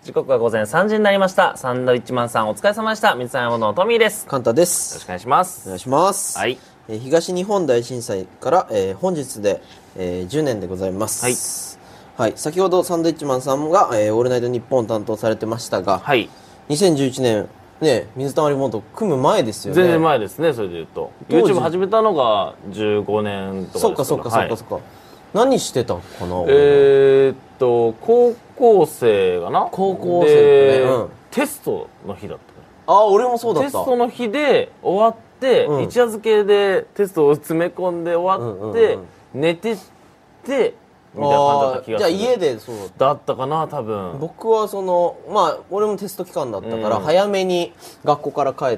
時刻は午前3時になりました。サンドウィッチマンさんお疲れ様でした。三つ山のトミーです。 カンタです。 よろしくお願いします。 お願いします。 はい。 東日本大震災から、本日で、10年でございます。はい。はい。先ほどサンドウィッチマンさんが、オールナイトニッポンを担当されてましたが、 はい。 2011年、ね、水溜りボンド組む前ですよね。 全然前ですね、それで言うと。YouTube 始めたのが15年とかですから。 そっかそっかそっかそっか。何してたかな。 高校生がな。 高校生とね、うん。 テストの日だったね。 あ、俺もそうだった。 テストの日で終わって、 うん、 一夜漬けでテストを詰め込んで終わって、寝てて、みたいな感じだった気がする。 じゃあ家でそうだったかな、多分。 僕はまあ俺もテスト期間だったから、早めに学校から帰って、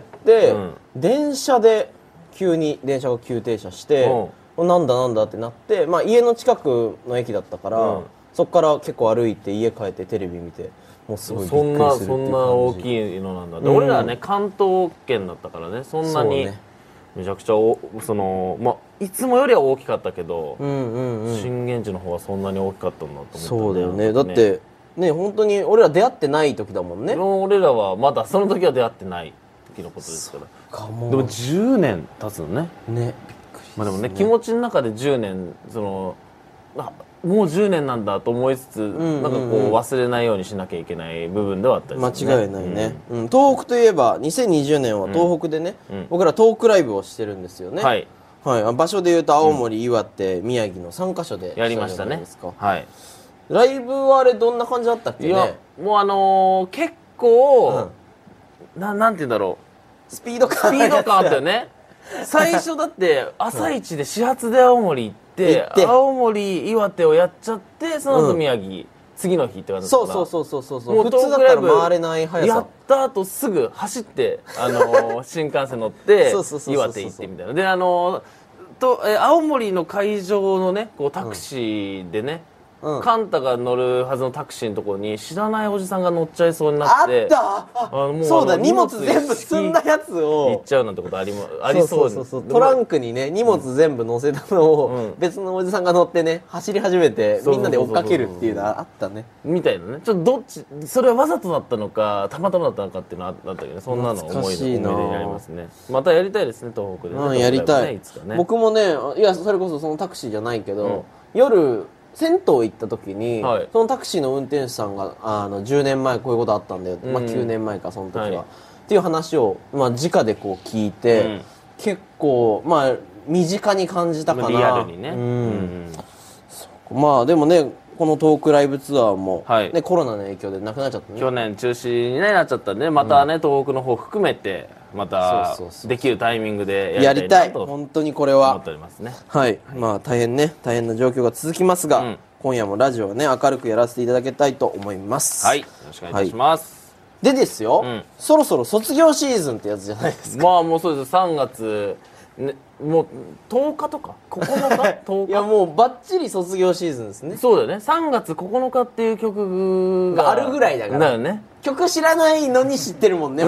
電車で急に電車が急停車して、なんだってなって、まあ家の近くの駅だったから、そこから結構歩いて家帰ってテレビ見て、もうすごいびっくりするっていう感じ。 そんな大きいのなんだ。で、俺らはね、関東圏だったからね、そんなにめちゃくちゃまあいつもよりは大きかったけど、震源地の方はそんなに大きかったんだと思って、 そうだよね。だってね、本当に俺ら出会ってない時だもんね。 俺らはまだその時は出会ってない時のことですから。でも10年経つのね。 ね。 まあでもね、気持ちの中で10年もう10年なんだと思いつつ、なんかこう忘れないようにしなきゃいけない部分ではあったりするね。 間違いないね。東北といえば2020年は東北でね、僕らトークライブをしてるんですよね。はい。はい。場所でいうと青森、岩手、宮城の3カ所でやりましたね。はい。 ライブはあれどんな感じだったっけね。いや、 もう結構、なんて言うんだろう。 スピード感あったよね。最初だって朝一で始発で青森行って青森岩手をやっちゃって、その後宮城、次の日って感じだったから。 そうもう普通だったら回れない速さやった後すぐ走って新幹線乗って岩手行ってみたいな。で青森の会場のねこうタクシーでね、カンタが乗るはずのタクシーのところに知らないおじさんが乗っちゃいそうになって、 そうだ、荷物全部積んだやつを行っちゃうなんてことありそう。 トランクにね荷物全部乗せたのを別のおじさんが乗ってね走り始めて、みんなで追っかけるっていうのあったね。 みたいなね。ちょっとどっちそれはわざとだったのかたまたまだったのかっていうのはあったけどね、そんなの思い出になりますね。またやりたいですね、東北でね。 やりたい。僕もね、いやそれこそそのタクシーじゃないけど、夜銭湯行った時に、そのタクシーの運転手さんが10年前こういうことあったんだよ、まあ、9年前かその時は、っていう話を、まあ、直でこう聞いて、結構まあ身近に感じたかな。 リアルにね。 まあでもねこのトークライブツアーも、ね、コロナの影響でなくなっちゃったね。 去年中止になっちゃったんで、またね、東北の方含めてまたできるタイミングでやりたいと本当にこれは思っておりますね。 はい、まあ大変な状況が続きますが、今夜もラジオはね明るくやらせていただきたいと思います。 はい、よろしくお願いいたします。 でですよ、そろそろ卒業シーズンってやつじゃないですか。 まあもうそうです。3月ね、もう10日とか9日10日いやもうバッチリ卒業シーズンですね。 そうだよね。3月9日っていう曲があるぐらいだからだよね。 曲知らないのに知ってるもんね。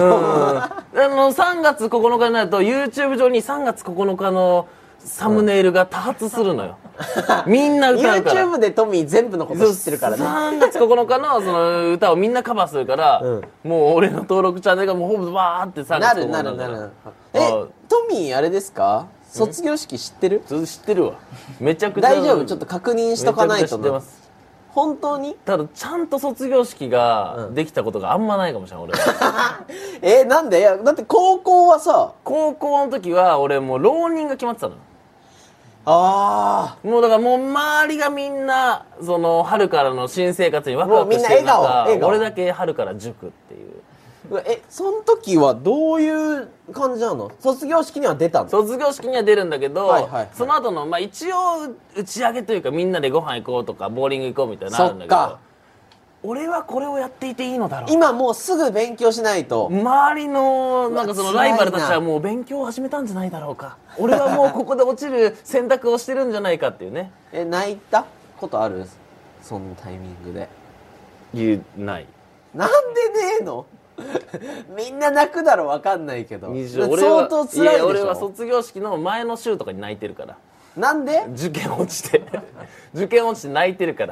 3月9日になると YouTube 上に3月9日のサムネイルが多発するのよ。みんな歌うから。 YouTube でトミー全部のこと知ってるからね。 3月9日のその歌をみんなカバーするから、もう俺の登録チャンネルがもうほぼバーって3月9日なる。トミーあれですか？卒業式知ってる？ 知ってるわ。めちゃくちゃ。 大丈夫？ちょっと確認しとかないとな。 めちゃくちゃ知ってます。 本当に？ ただちゃんと卒業式ができたことがあんまないかもしれない、俺は。 なんで？いやだって高校はさ、 高校の時は俺もう浪人が決まってたの。もうだからもう周りがみんなその春からの新生活にワクワクしてる中、俺だけ春から塾っていう。 その時はどういう感じなの？卒業式には出たの？ 卒業式には出るんだけど、その後のまあ一応打ち上げというかみんなでご飯行こうとかボーリング行こうみたいなのあるんだけど、俺はこれをやっていていいのだろう。 今もうすぐ勉強しないと。 周りのなんかそのライバルたちはもう勉強を始めたんじゃないだろうか。俺はもうここで落ちる選択をしてるんじゃないかっていうね。 泣いたことある？そのタイミングで。 ない。 なんでねえの？みんな泣くだろ、分かんないけど。相当辛いでしょ。 いや俺は卒業式の前の週とかに泣いてるから。 なんで？ 受験落ちて泣いてるから。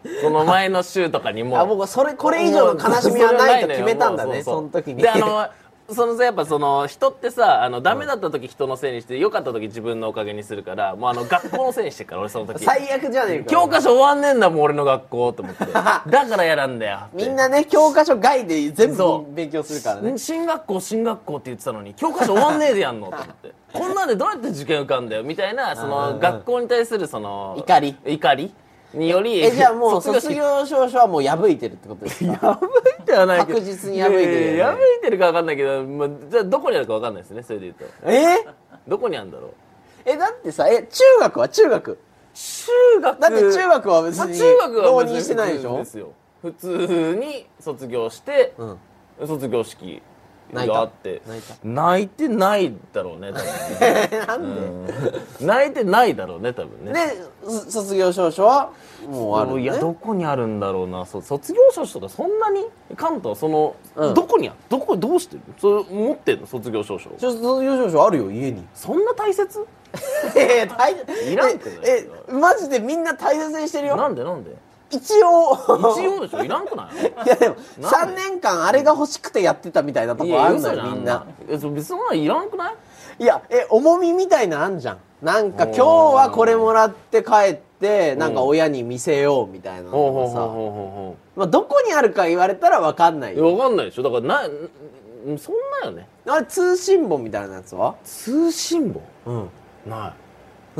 その前の週とかにも僕これ以上の悲しみはないと決めたんだね、その時に。 でやっぱ人ってさダメだった時人のせいにして良かった時自分のおかげにするからもう学校のせいにしてるから俺その時最悪じゃねえか。 教科書終わんねえんだもん俺の学校と思ってだから嫌なんだよみんなね教科書外で全部勉強するからね。 進学校って言ってたのに教科書終わんねえでやんのと思ってこんなんでどうやって受験受かんだよみたいな学校に対する怒りによりじゃあもう卒業証書はもう破いてるってことですか？ 破いてはないけど確実に破いてる、 破いてるか分かんないけど、じゃあどこにあるか分かんないですねそれで言うとどこにあるんだろう。だってさ中学は中学だって中学は別に浪人してないでしょ。 普通に卒業して、卒業式があって泣いてないだろうね多分なんで、 泣いてないだろうね多分ね。 で卒業証書はもうある、ね、 いやどこにあるんだろうな。卒業証書とかそんなに関東どこにどうしてるそれ持ってんの卒業証書。 卒業証書あるよ家に。 そんな大切いらんくないマジでみんな大切にしてるよ。 なんで一応でしょいらんくない？ いやでも3年間あれが欲しくてやってたみたいなとこあるのよみんな。 別にそんないらんくない？ いや重みみたいなあんじゃん。なんか今日はこれもらって帰ってなんか親に見せようみたいなのがさ、まあどこにあるか言われたら分かんないよ。 分かんないでしょ。だからそんなよね。 あれ通信簿みたいなやつは？ 通信簿？ない。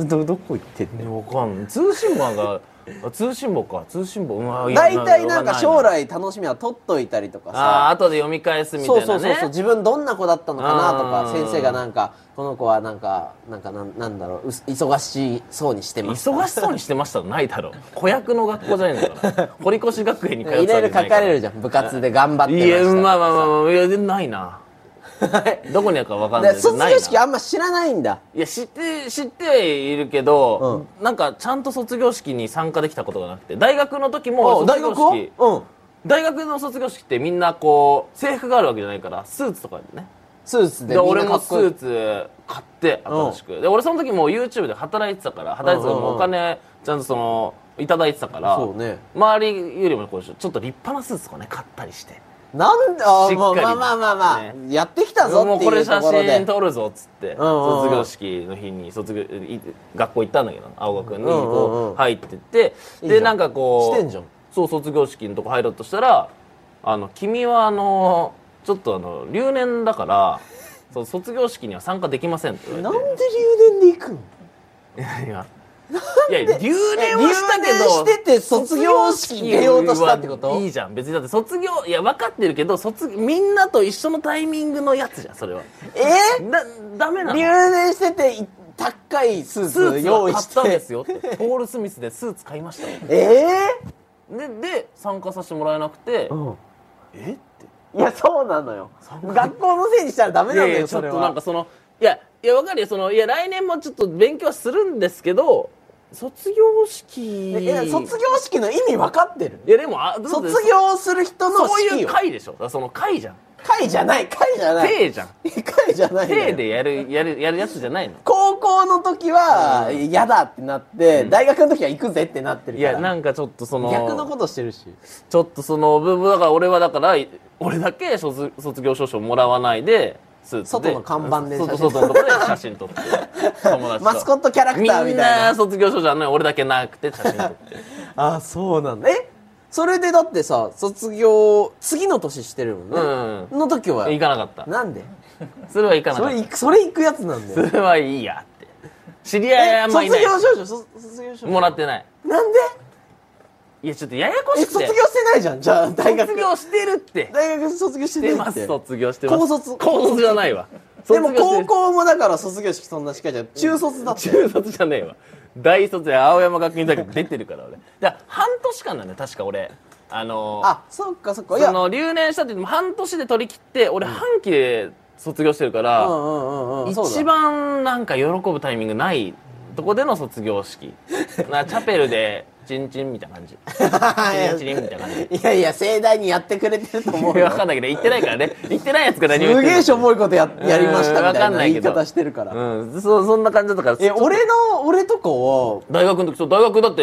どこ行ってんの？ 分かんない。通信簿が通信簿大体なんか将来楽しみは取っといたりとかさ後で読み返すみたいなね。 そう自分どんな子だったのかなとか先生がなんかこの子はなんだろう忙しそうにしてました忙しそうにしてましたらないだろう。子役の学校じゃないんだから堀越学園に通ってたわけじゃないから。 いろいろ書かれるじゃん部活で頑張ってました。いやいやないなどこにあるか分かんない。 卒業式あんま知らないんだ。 いや知ってはいるけど、なんかちゃんと卒業式に参加できたことがなくて。大学の時も卒業式大学の卒業式ってみんなこう制服があるわけじゃないからスーツとかでね。 スーツでみんなかっこいい。 俺もスーツ買って新しくで俺その時もう YouTube で働いてたからお金ちゃんといただいてたから、周りよりもこうちょっと立派なスーツとかね買ったりしてなんでまあやってきたぞっていうところでもうこれ写真撮るぞっつって卒業式の日に学校行ったんだけど青学にこう入ってってでなんかこうしてんじゃん。 そう卒業式のとこ入ろうとしたら君はちょっと留年だから卒業式には参加できませんって言われて。 なんで留年で行くの？ いや留年はしたけど留年してて卒業式出ようとしたってこと？ いいじゃん別に。だって卒業分かってるけどみんなと一緒のタイミングのやつじゃんそれは。ダメなの？ 留年してて高いスーツ用意して買ったんですよってポール・スミスでスーツ買いましたよで参加させてもらえなくてっていやそうなのよ。学校のせいにしたらダメなんだよそれは。 ちょっとなんかいや分かるよいや来年もちょっと勉強はするんですけど卒業式卒業式の意味分かってる？ いやでも卒業する人の式よ。 そういう会でしょ。その会じゃん。 会じゃない会じゃん。 会じゃない。 会でやるやつじゃないの。 高校の時は嫌だってなって、大学の時は行くぜってなってるから。 いやなんかちょっと逆のことしてるし。 ちょっとだから俺だけ卒業証書もらわないでスーツで外の看板で外のところで写真撮って友達とマスコットキャラクターみたいな。 みんな卒業証書あんのに俺だけなくて写真撮ってあそうなんだ。それでだってさ卒業次の年してるもんね、の時は行かなかった。 なんで？ それは行かなかった。 それ行くやつなんだよ。 それはいいやって知り合いはあんまいない。 卒業証書もらってない。 なんで？ いやちょっとややこしくて。 卒業してないじゃん。じゃあ大学卒業してるって大学卒業してます。卒業してます。高卒じゃないわ。 でも高校もだから卒業式そんなしかじゃ中卒だって。 中卒じゃねえわ。大卒で青山学院大学出てるから俺。じゃ半年間なんだよ確か俺。 そっかそっか。 留年したって言っても半年で取り切って俺半期で卒業してるから一番なんか喜ぶタイミングないとこでの卒業式。チャペルでチンチンみたいな感じ。チンチンみたいな感じ。 いや盛大にやってくれてると思うよ。 分かんないけど行ってないからね。行ってないやつからすげえしょぼいことやりましたみたいな言い方してるから。 そんな感じだったから。 俺とかは大学の時大学だって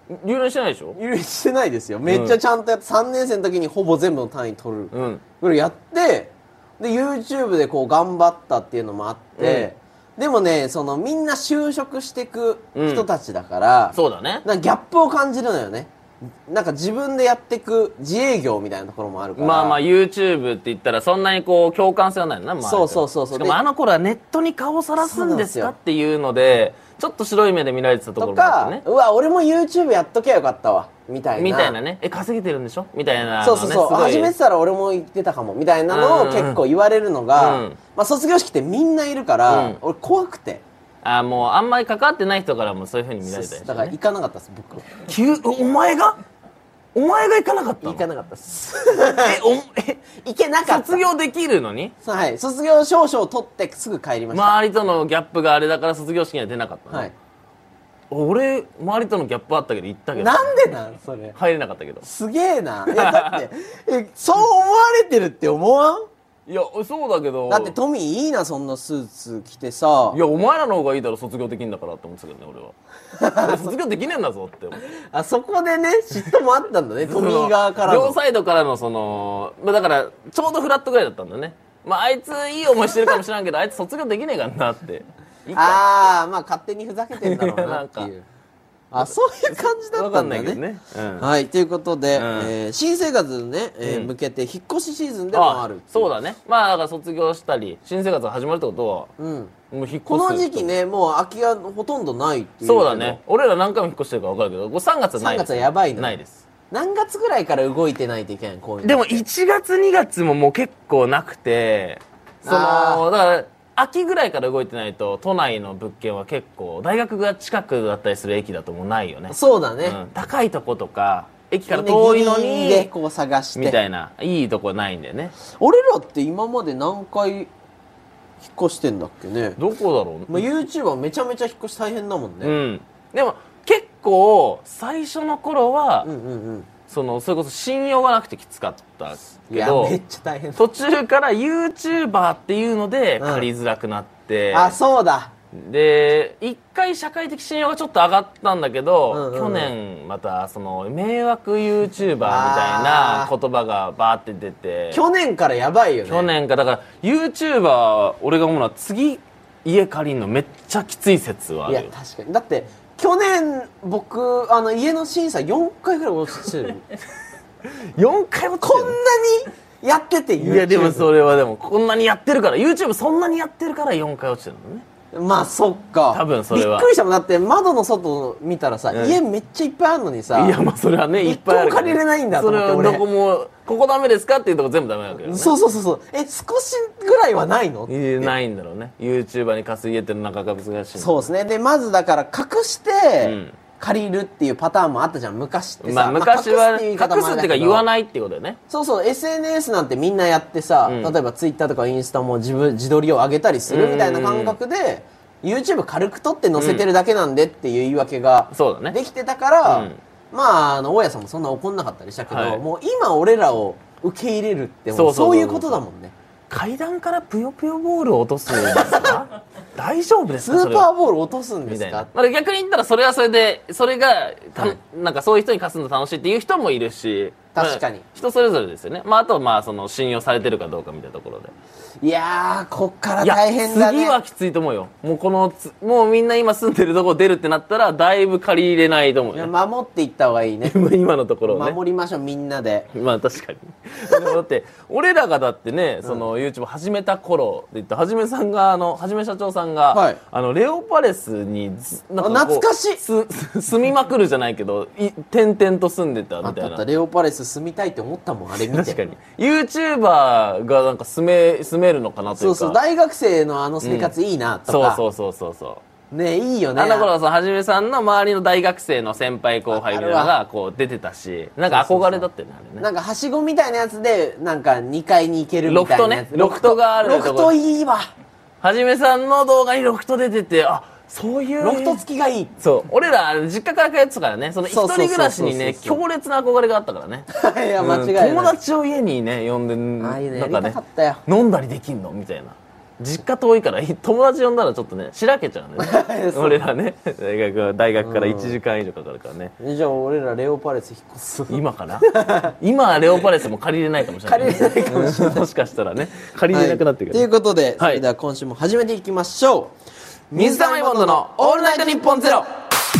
留年してないでしょ？ 留年してないですよ。めっちゃちゃんとやって、3年生の時にほぼ全部の単位取る。これやって、で、YouTube でこう頑張ったっていうのもあって、でもね、みんな就職してく人たちだから、 そうだね。 ギャップを感じるのよね。なんか自分でやってく自営業みたいなところもあるから。 まあまあ YouTube って言ったらそんなにこう共感性はないよな、まあ。 そうそうそう。 しかもあの頃はネットに顔をさらすんですかっていうので、ちょっと白い目で見られてたところもあってね。 うわ、俺も YouTube やっときゃよかったわ。みたいなね。 稼げてるんでしょみたいな、 そうそうそう。始めてたら俺も言ってたかも。みたいなのを結構言われるのが、まあ卒業式ってみんないるから、俺怖くて。 もうあんまり関わってない人からもそういう風に見られたりして、 だから行かなかったです、僕。 お前が行かなかったの？ 行かなかったっす。行けなかった。 卒業できるのに？ はい。卒業証書を取ってすぐ帰りました。 周りとのギャップがあれだから卒業式には出なかったの？はい。俺、周りとのギャップあったけど行ったけど。 なんでなんそれ。 入れなかったけど。 すげえな。いや、だって、そう思われてるって思わん？ いや、そうだけど。 だってトミーいいな、そんなスーツ着てさ。 いや、お前らの方がいいだろ、卒業できんだからって思ってたけどね、俺は。卒業できねえんだぞって思って。 そこでね、嫉妬もあったんだね、トミー側からの。 両サイドからのだから、ちょうどフラットぐらいだったんだね。まあ、あいついい思いしてるかもしれんけど、あいつ卒業できねえからなって。 まあ勝手にふざけてんだろうなっていう。そういう感じだったんだね。はい、ということで、新生活にね、向けて引っ越しシーズンでもある。 そうだね。まあだから卒業したり新生活が始まるってことは、もう引っ越す。 この時期ね、もう空きがほとんどないっていう。 そうだね。俺ら何回も引っ越してるから分かるけど、3月はないです。 3月はやばいの。 ないです。 何月ぐらいから動いてないといけないこういうの。 でも1月2月ももう結構なくて、だから秋ぐらいから動いてないと都内の物件は結構大学が近くだったりする駅だともうないよね。 そうだね、 高いとことか駅から遠いのにでこう探してみたいないいとこないんだよね。 俺らって今まで何回引っ越してんだっけね。 どこだろう。 YouTube はめちゃめちゃ引っ越し大変だもんね。 でも結構最初の頃は、それこそ信用がなくてきつかったけど、 めっちゃ大変。 途中から YouTuber っていうので借りづらくなって、 そうだ。 で一回社会的信用がちょっと上がったんだけど、去年また迷惑 YouTuber みたいな言葉がバーって出て、 去年からやばいよね。 去年からだから YouTuber 俺が思うのは次家借りるのめっちゃきつい説はあるよ。 いや確かに。だって去年僕家の審査4回ぐらい落ちてる。 4回もこんなにやってて YouTube。 いやでもそれはでもこんなにやってるから YouTube そんなにやってるから4回落ちてるのね。 まあそっか。 多分それはびっくりしたもん。だって窓の外見たらさ、家めっちゃいっぱいあるのにさ、 いやまあそれはねいっぱいあるから、ね、 一個も借りれないんだと思って。 それはどこもここダメですかっていうとこ全部ダメなわけよね。 そう少しぐらいはないの？ ないんだろうね。 YouTuber に貸す家ってなかなか難しい。 そうですね。でまずだから隠して借りるっていうパターンもあったじゃん昔ってさ。 昔は隠すっていうか言わないっていうことだよね。 そう SNS なんてみんなやってさ、例えば Twitter とかインスタも自撮りを上げたりするみたいな感覚で、YouTube 軽く撮って載せてるだけなんでっていう言い訳ができてたから、まあ大家さんもそんな怒んなかったりしたけど、もう今俺らを受け入れるってもうそういうことだもんね。 階段からぷよぷよボールを落とすんですか？大丈夫ですか？ スーパーボール落とすんですか？ 逆に言ったらそれはそれでそれがなんかそういう人に貸すの楽しいっていう人もいるし、 確かに人それぞれですよね。あとは信用されてるかどうかみたいなところで。 いやーこっから大変だね。 次はきついと思うよ。もうみんな今住んでるとこ出るってなったらだいぶ借りれないと思うよ、ね。 守っていった方がいいね。 今のところをね。 守りましょうみんなで。 まあ確かに。でもだって俺らがだってね、YouTube 始めた頃で言ったはじめさんがはじめ社長さんが、レオパレスになんか懐かしい住みまくるじゃないけど転々と住んでたみたいな。 レオパレス住みたいって思ったもんあれ見て。 確かに YouTuber がなんか住めるのかなというか。 そう大学生の生活いいなとか、 そうねいいよね。 あの頃ははじめさんの周りの大学生の先輩後輩みたいなのがこう出てたし、なんか憧れだったよねあれね。 なんかはしごみたいなやつでなんか2階に行けるみたいなやつ。 ロフトがあるロフトいいわ。 はじめさんの動画にロフト出てて、そういうロフト付きがいい。 そう俺ら実家から通ってたからね、一人暮らしにね強烈な憧れがあったからね。 いや間違いない。 友達を家にね呼んでなんかね飲んだりできんのみたいな。 実家遠いから友達呼んだらちょっとねしらけちゃうね俺らね大学から1時間以上かかるからね、 じゃあ俺らレオパレス引っ越す今かな今はレオパレスも借りれないかもしれない、ね、 借りれないかもしれないもしかしたらね借りれなくなってくる、 ということで、それでは今週も始めていきましょう、 水溜りボンドのオールナイトニッポンゼロ。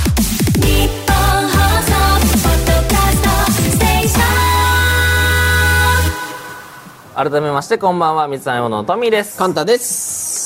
改めましてこんばんは、水溜りボンドのトミーです。 カンタです、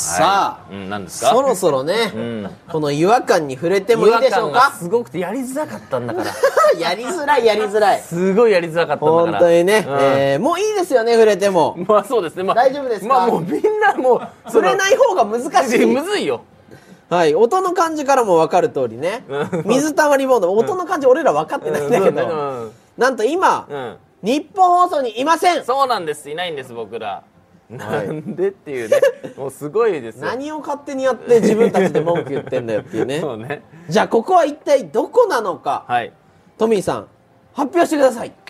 はい、さあ、 何ですか。 そろそろね、この違和感に触れてもいいでしょうか。違和感がすごくてやりづらかったんだからやりづらいすごいやりづらかったんだから本当にね、もういいですよね、触れても。 まあそうですね、 大丈夫ですか。 もうみんなもう触れない方が難しいむずいよ。 はい、音の感じからも分かる通りね、水溜りボンド、音の感じ俺ら分かってないんだけど、なんと今、日本放送にいません。 そうなんです、いないんです、僕ら。なんでっていうね、もうす表ですよ。 何を勝手にやって自分たちで文句言ってんだよっていうね。 そうね。 じゃあここは一体どこなのか、はい、トミーさん発表してください。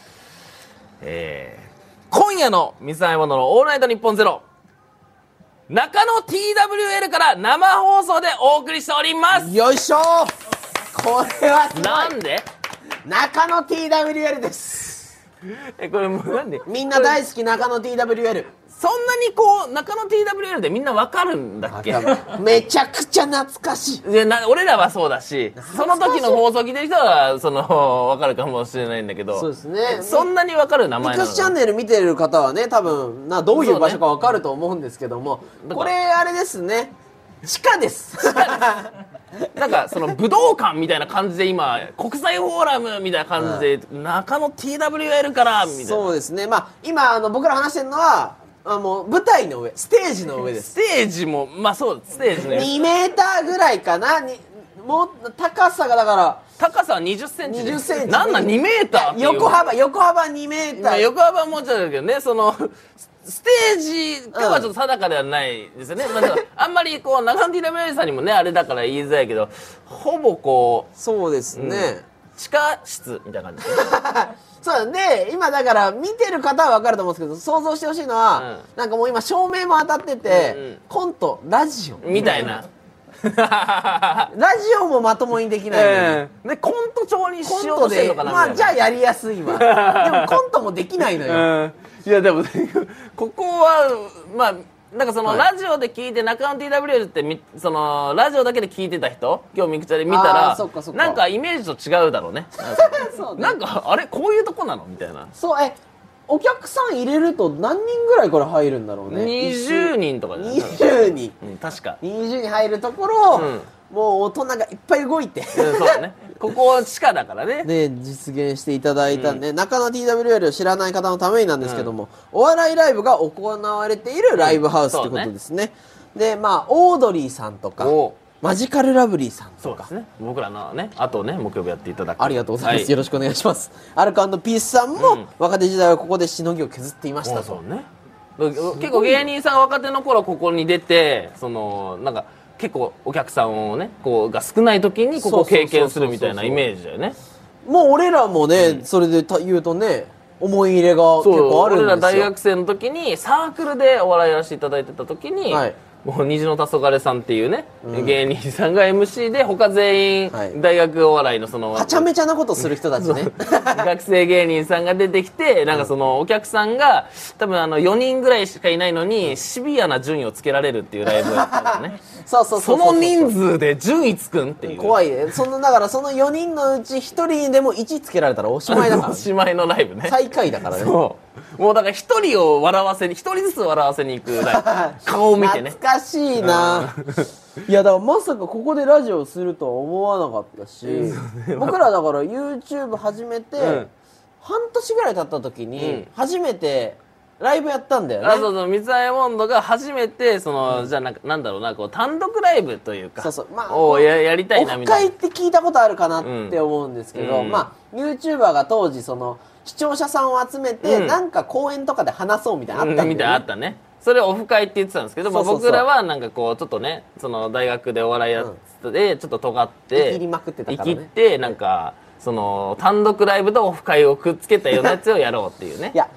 今夜の水溜りボンドのオールナイトニッポンゼロ、中野 TWL から生放送でお送りしております。 よいしょー。これはすごい。 なんで中野 TWL です。 これもうなんでみんな大好き中野 TWL。 そんなにこう中野 TWL でみんなわかるんだっけ。 めちゃくちゃ懐かしい。 俺らはそうだし、その時の放送聞いてる人はわかるかもしれないんだけど、 そうですね、 そんなにわかる名前なの。 ミクスチャンネル見てる方はね、多分どういう場所かわかると思うんですけども、これあれですね、地下ですなんかその武道館みたいな感じで今国際フォーラムみたいな感じで、中野 TWL からみたいな。 そうですね、まあ今僕ら話してるのはもう舞台の上、ステージの上です。 ステージもまあそう、ステージの上 2メーターぐらいかな。もう高さがだから高さは20センチ。 20センチ。 なんなん2メーターっていう。 横幅2メーター。 横幅はもうちょっとだけどね、そのステージかはちょっと定かではないですよね。まあ、あんまりこう中野 TWL さんにもねあれだから言いづらいけど、ほぼこうそうですね、 地下室みたいな感じですね。 そうで、今だから見てる方は分かると思うんですけど、想像してほしいのは、なんかもう今照明も当たってて、コントラジオみたいなラジオもまともにできないのに、 でコント調にしようとしてるのかな。 まあじゃあやりやすいわ。でもコントもできないのよ。 いやでもここはまあなんかそのラジオで聞いて、中野 TWL ってそのラジオだけで聞いてた人、今日ミクチャで見たらなんかイメージと違うだろうね。なんかあれこういうとこなのみたいな。 そう、お客さん入れると何人ぐらいこれ入るんだろうね。 20人とかじゃない。 20人、 確か 20人入るところ、もう大人がいっぱい動いて、 そうだね、ここ地下だからね。 で実現していただいたんで、中野 TWL を知らない方のためになんですけども、お笑いライブが行われているライブハウスってことですね。でまあオードリーさんとかマジカルラブリーさんとか、 そうですね、僕らのねあとね木曜日やっていただく、 ありがとうございます、よろしくお願いします。アルコ&ピースさんも、若手時代はここでしのぎを削っていましたと。 そうね、結構芸人さん若手の頃ここに出て、そのなんか結構お客さんをねこうが少ない時にここを経験するみたいなイメージだよね。 もう俺らもね、それで言うとね思い入れが結構あるんですよ。俺ら大学生の時にサークルでお笑いやらせていただいてた時に、もう虹の黄昏さんっていうね、芸人さんが MC で、他全員大学お笑いのそのはちゃめちゃなことする人たちね学生芸人さんが出てきて、なんかそのお客さんが多分4人ぐらいしかいないのにシビアな順位をつけられるっていうライブだったのねその人数で順位つくんっていう。 怖いね。だからその4人のうち1人にでも1つけられたらおしまいだからおしまいのライブね。 最下位だからね。 もうだから一人を笑わせに、一人ずつ笑わせに行く顔を見てね。 懐かしいな。いやだからまさかここでラジオするとは思わなかったし、僕らだから YouTube 始めて、半年ぐらい経った時に初めてライブやったんだよね。 そうそう、水溜りボンドが初めてじゃあなんだろうな、こう単独ライブというか、やりたいなみたいな。 オフ会って聞いたことあるかなって思うんですけど、まあ YouTuber が当時視聴者さんを集めて、なんか公演とかで話そうみたいなのあったんだよね。 あったね。それをオフ会って言ってたんですけど、僕らはなんかこうちょっとね、その大学でお笑いやっててちょっと尖って生きりまくってたからね。 生きてなんかその単独ライブとオフ会をくっつけたようなやつをやろうっていうね。 いや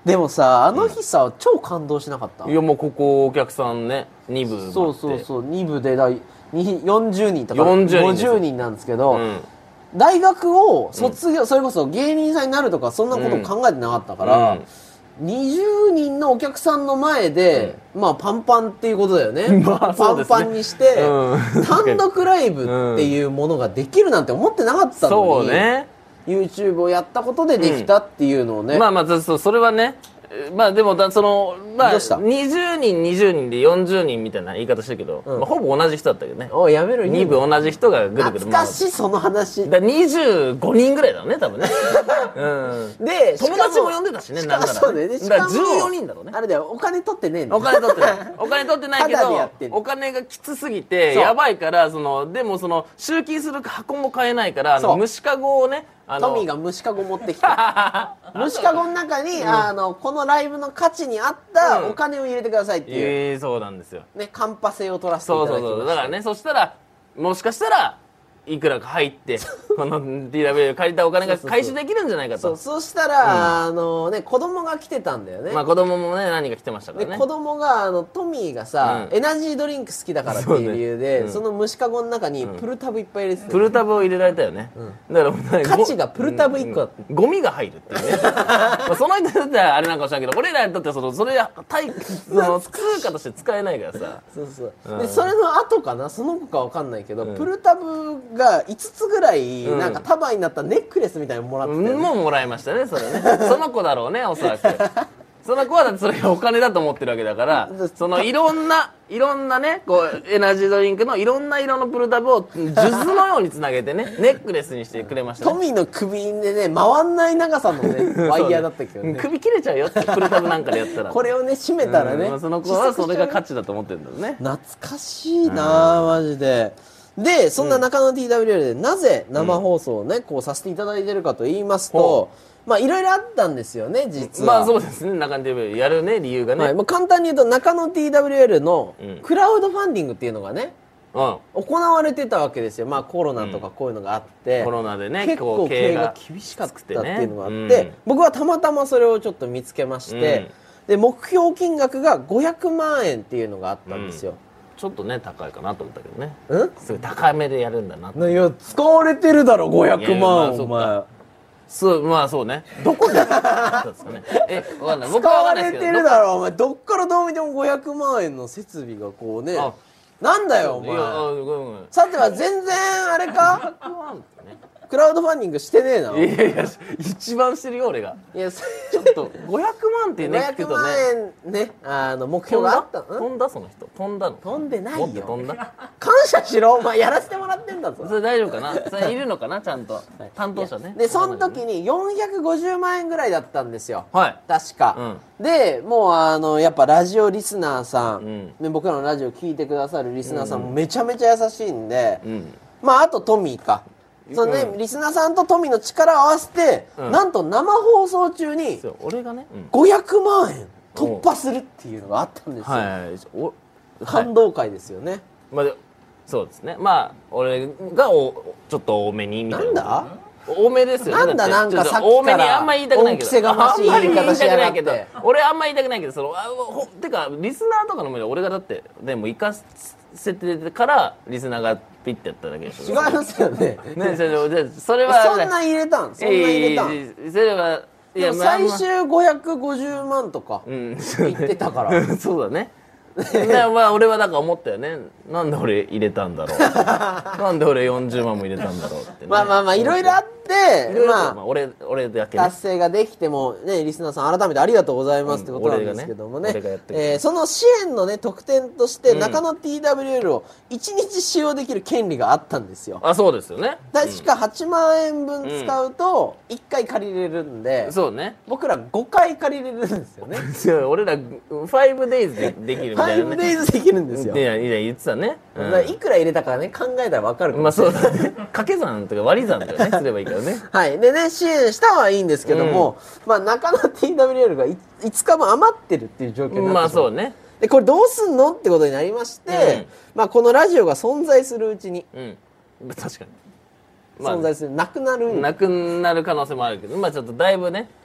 でもさ、あの日さ、超感動しなかった？ いや、もうここお客さんね、2部。 そう、2部で40人とか50人なんですけど、大学を卒業、それこそ芸人さんになるとか、そんなこと考えてなかったから、20人のお客さんの前で、まあパンパンっていうことだよね。パンパンにして、単独ライブっていうものができるなんて思ってなかったのに、そうね。YouTube をやったことでできたっていうのをね。 まあまあ、それはね、まあでもまあ20人20人で40人みたいな言い方してるけど、ほぼ同じ人だったけどね。 おい、やめろ。 2部同じ人がぐるぐる回る。 懐かしい、その話。 だ25人ぐらいだろうね、多分ね。で友達も呼んでたしね、なんなら。そうね。だから14人だろうね。 あれだよ、お金取ってねえんだよ。 お金取ってないお金取ってないけど、お金がきつすぎてやばいから、でも集金する箱も買えないから、虫かごをね、 トミーが虫かご持ってきた。虫かごの中に、このライブの価値に合ったお金を入れてくださいっていう。 そうなんですよ。 ね、カンパ制を取らせていただきました。 そう。だからね、そしたら、もしかしたら、いくらか入ってこの TW 借りたお金が回収できるんじゃないかと。 そうしたら、子供が来てたんだよね。 まあ子供もね、何人か来てましたからね。 子供がトミーがさ、エナジードリンク好きだからっていう理由で、その虫かごの中にプルタブいっぱい入れてた。 プルタブを入れられたよね。 だから価値がプルタブ1個だった。 ゴミが入るっていうね。その人にとってはあれなんかもしれないけど、俺らにとってはそれ通貨として使えないからさ。 でそれの後かな、その子かわかんないけど、プルタブが5つぐらいなんか束になったネックレスみたいなのもらってたよね。 もうもらいましたね、それね。その子だろうね、おそらく。その子はだってそれがお金だと思ってるわけだから、いろんなね、こうエナジードリンクのいろんな色のプルタブを数珠のようにつなげてね、ネックレスにしてくれましたね。 トミーの首でね、回んない長さのね、ワイヤーだったけどね。 首切れちゃうよって、プルタブなんかでやったら。 これをね、締めたらね。 その子はそれが価値だと思ってるんだろうね。 懐かしいなマジで。で、そんな中野 TWL でなぜ生放送をね、こうさせていただいてるかと言いますと、まあいろいろあったんですよね、実は。 まあそうですね、中野 TWL やるね、理由がね。 まあ簡単に言うと中野 TWL のクラウドファンディングっていうのがね、行われてたわけですよ。まあコロナとかこういうのがあって、 コロナでね、 結構経営が厳しかったっていうのがあって、僕はたまたまそれをちょっと見つけまして、で、目標金額が500万円っていうのがあったんですよ。 ちょっとね、高いかなと思ったけどね。すごい高めでやるんだな。 いや、使われてるだろ、500万、お前。 まあそうね。どこでやったんですかね。わかんない。僕はわかんないですけど。 使われてるだろ、お前。どっからどう見ても500万円の設備がこうね。なんだよ、お前。さては全然、あれかクラウドファンディングしてねえな。 いやいや、一番してるよ、俺が。いや、ちょっと、500万ってね、聞くとね。 500万円ね、目標があった。 飛んだその人。飛んだの。 飛んでないよ。 飛んだ。 感謝しろ、お前やらせてもらってんだぞ。 それ大丈夫かな、それいるのかな、ちゃんと。担当者ね。 で、その時に450万円ぐらいだったんですよ。 はい。 確か。で、もうやっぱラジオリスナーさん、僕らのラジオ聞いてくださるリスナーさんもめちゃめちゃ優しいんで、まああとトミーか。そのね、リスナーさんとトミーの力を合わせて、なんと生放送中に俺がね、 500万円突破するっていうのがあったんですよ。感動会ですよね。 まあそうですね。まあ俺がちょっと多めにみたいな。なんだ？多めですよね。 なんかさっきから多めにあんま言いたくないけど。 大きせがましい言い方しやがって。 俺あんま言いたくないけど、てかリスナーとかの目で俺がだってでも行かせてからリスナーがピッてやっただけでしょ。 違いますよね。 それはそんな入れたん？そんな入れたん？ それは。 いや最終550万とか言ってたから。 そうだね。まあ俺はだから思ったよね。なんで俺入れたんだろう。なんで俺40万も入れたんだろうって、ね。 まあいろいろあって、 まあ俺だけ、ね、 達成ができてもね、リスナーさん改めてありがとうございますってことなんですけどもね。その支援のね特典として中野 TWL を1日使用できる権利があったんですよ。 あ、そうですよね。 確か8万円分使うと1回借りれるんで、 そうね。 僕ら5回借りれるんですよね。 俺ら 5days でできるみたいなね。 5days できるんですよ。 いや言ってたね。 いくら入れたかね考えたら分かるかもまあそうだね。掛け算とか割り算とかねすればいいからね。 はいでね支援したはいいんですけども、まあ中野 TWL が5日分余ってるっていう状況になってしまう。 まあそうね。 でこれどうすんのってことになりまして、まあこのラジオが存在するうちに、 確かに。 存在するなくなる可能性もあるけど、まあちょっとだいぶね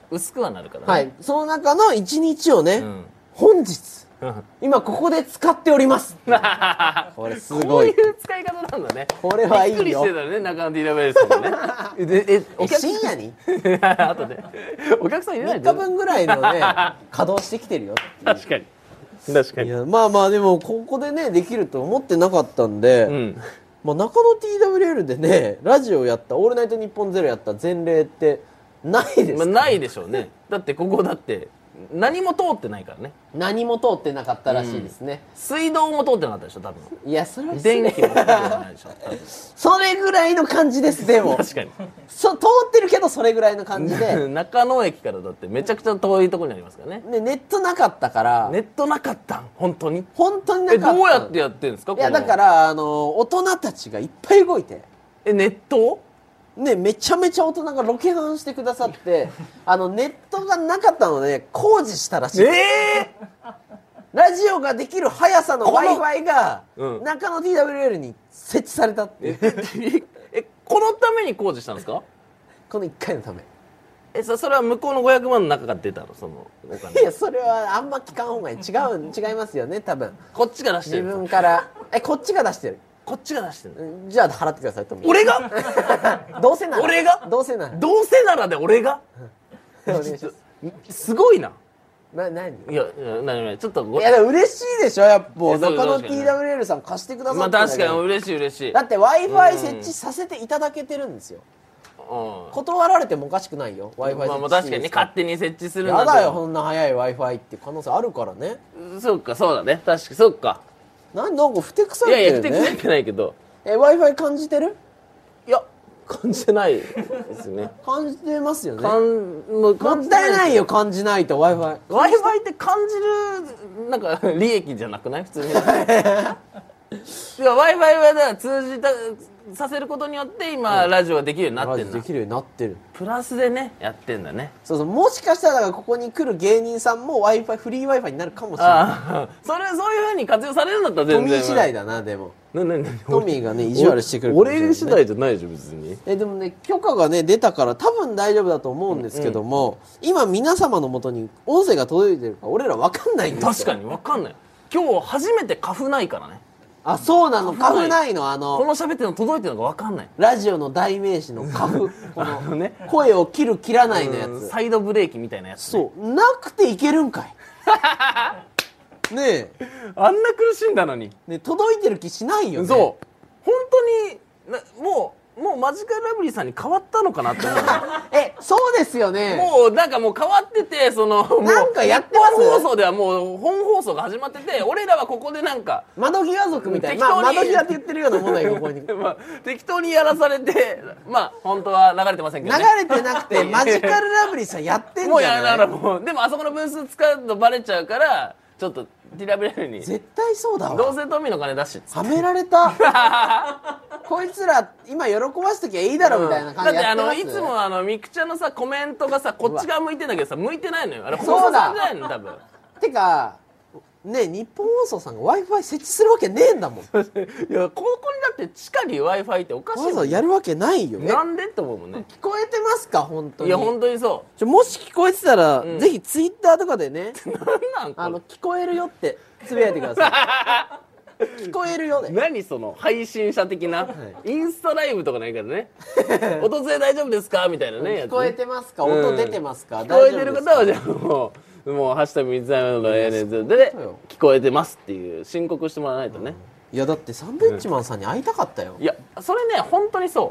薄くはなるからね。 はい。その中の1日をね、本日、今ここで使っております。これすごい。 こういう使い方なんだね。 これはいいよ。 びっくりしてたね、中野 TWL さんもね。 深夜にあとで。お客さんいない 3日分ぐらいのね、稼働してきてるよっていう。 確かに。確かに。 いや、まあまあでも、ここでね、できると思ってなかったんで、まあ中野 TWL でね、ラジオやった、オールナイトニッポンゼロやった前例ってないですか？ まあないでしょうね。だってここだって、何も通ってないからね。 何も通ってなかったらしいですね。 水道も通ってなかったでしょ、多分。 いや、それは電気も通ってないでしょ、多分。 それぐらいの感じです、でも。 確かに。 通ってるけど、それぐらいの感じで。 中野駅からだってめちゃくちゃ遠いところにありますからね。 で、ネットなかったから。 ネットなかったん？本当に？ 本当になかった。 どうやってやってんですか？ いや、だから、大人たちがいっぱい動いて。 ネット？ ね、めちゃめちゃ大人がロケハンしてくださって、ネットがなかったので、工事したらしい。ラジオができる速さの Wi-Fi が、中野 TWL に設置されたっていう。 このために工事したんですか？ この1回のため。 それは向こうの500万の中から出たの、そのお金。 いや、それはあんま聞かん方がいい。違いますよね、多分。 こっちが出してる。 自分から。こっちが出してる。 こっちが出してる。 じゃあ払ってください、トミー。 俺がどうせなら。 俺がどうせなら。 どうせならで俺がお願いします。 すごいな。 何いや、ちょっといや、でも嬉しいでしょ、やっぱ。中野 TWL さん貸してくださって。 まあ確かに嬉しい嬉しい。 だって Wi-Fi 設置させていただけてるんですよ。断られてもおかしくないよ、 Wi-Fi 設置。 まあ確かにね、勝手に設置するんだやだよ、そんな早い Wi-Fi って可能性あるからね。 そうか、そうだね。確かに、そうか。 なんかふてくされてるね。 いやいや、ふてくされてないけど。 Wi-Fi 感じてる？ いや、感じてないですね。 感じてますよね。 もったいないよ、感じないと Wi-Fi。 Wi-Fi って感じる、なんか、利益じゃなくない？普通に。いや、Wi-Fi はだから通じさせることによって今、ラジオができるようになってんだ。 できるようになってる。 プラスでね、やってんだね。 そうそう、もしかしたらだからここに来る芸人さんも Wi-Fi、フリー Wi-Fi になるかもしれない。 そういう風に活用されるんだったら全然。 トミー次第だな、でも。トミーがね、意地悪してくるかもしれない。俺次第じゃないでしょ、別に。 でもね、許可がね、出たから多分大丈夫だと思うんですけども、今皆様のもとに音声が届いてるか俺ら分かんないんですよ。 確かに分かんない。今日初めてカフないからね。 あ、そうなの、カフないの、 この喋ってるの届いてるのが分かんない。 ラジオの代名詞のカフ。このね、声を切る切らないのやつ。 サイドブレーキみたいなやつ。 そう。なくていけるんかい。ねえ。 あんな苦しんだのに。 ね、届いてる気しないよね。 そう。本当に、もうマジカルラブリーさんに変わったのかなって思う。 そうですよね。 もうなんかもう変わってて、 なんかやってます。 本放送ではもう本放送が始まってて、俺らはここでなんか窓際族みたいな、まあ窓際って言ってるようなもんだよ、ここに。 まあ適当にやらされて、まあ本当は流れてませんけどね。 流れてなくてマジカルラブリーさんやってんじゃない？ もうやらもうでもあそこのブース使うとバレちゃうから。ちょっとTWLに絶対そうだわ。 どうせトミーの金出しはめられた。こいつら今喜ばしときゃいいだろみたいな感じでやってます。 だっていつもミクちゃんのさコメントがさこっち側向いてんだけどさ向いてないのよ。あれそうだ。 放送されてないの多分。 てかね、日本放送さんが Wi-Fi 設置するわけねえんだもん。いや、ここにだって地下に Wi-Fi っておかしいもん。 わざわざやるわけないよね。 なんでって思うもんね。 聞こえてますか本当に。 いや本当にそう。 もし聞こえてたら、ぜひツイッターとかでね、 なん聞こえるよってつぶやいてください。聞こえるよね。 何その配信者的な、インスタライブとかないからね。音声大丈夫ですかみたいなね。 聞こえてますか？音出てますか？ 聞こえてる方はじゃあもうハッシュタグ水溜りの ANZ で聞こえてますっていう申告してもらわないとね。 いやだってサンドイッチマンさんに会いたかったよ。 いやそれね本当にそう。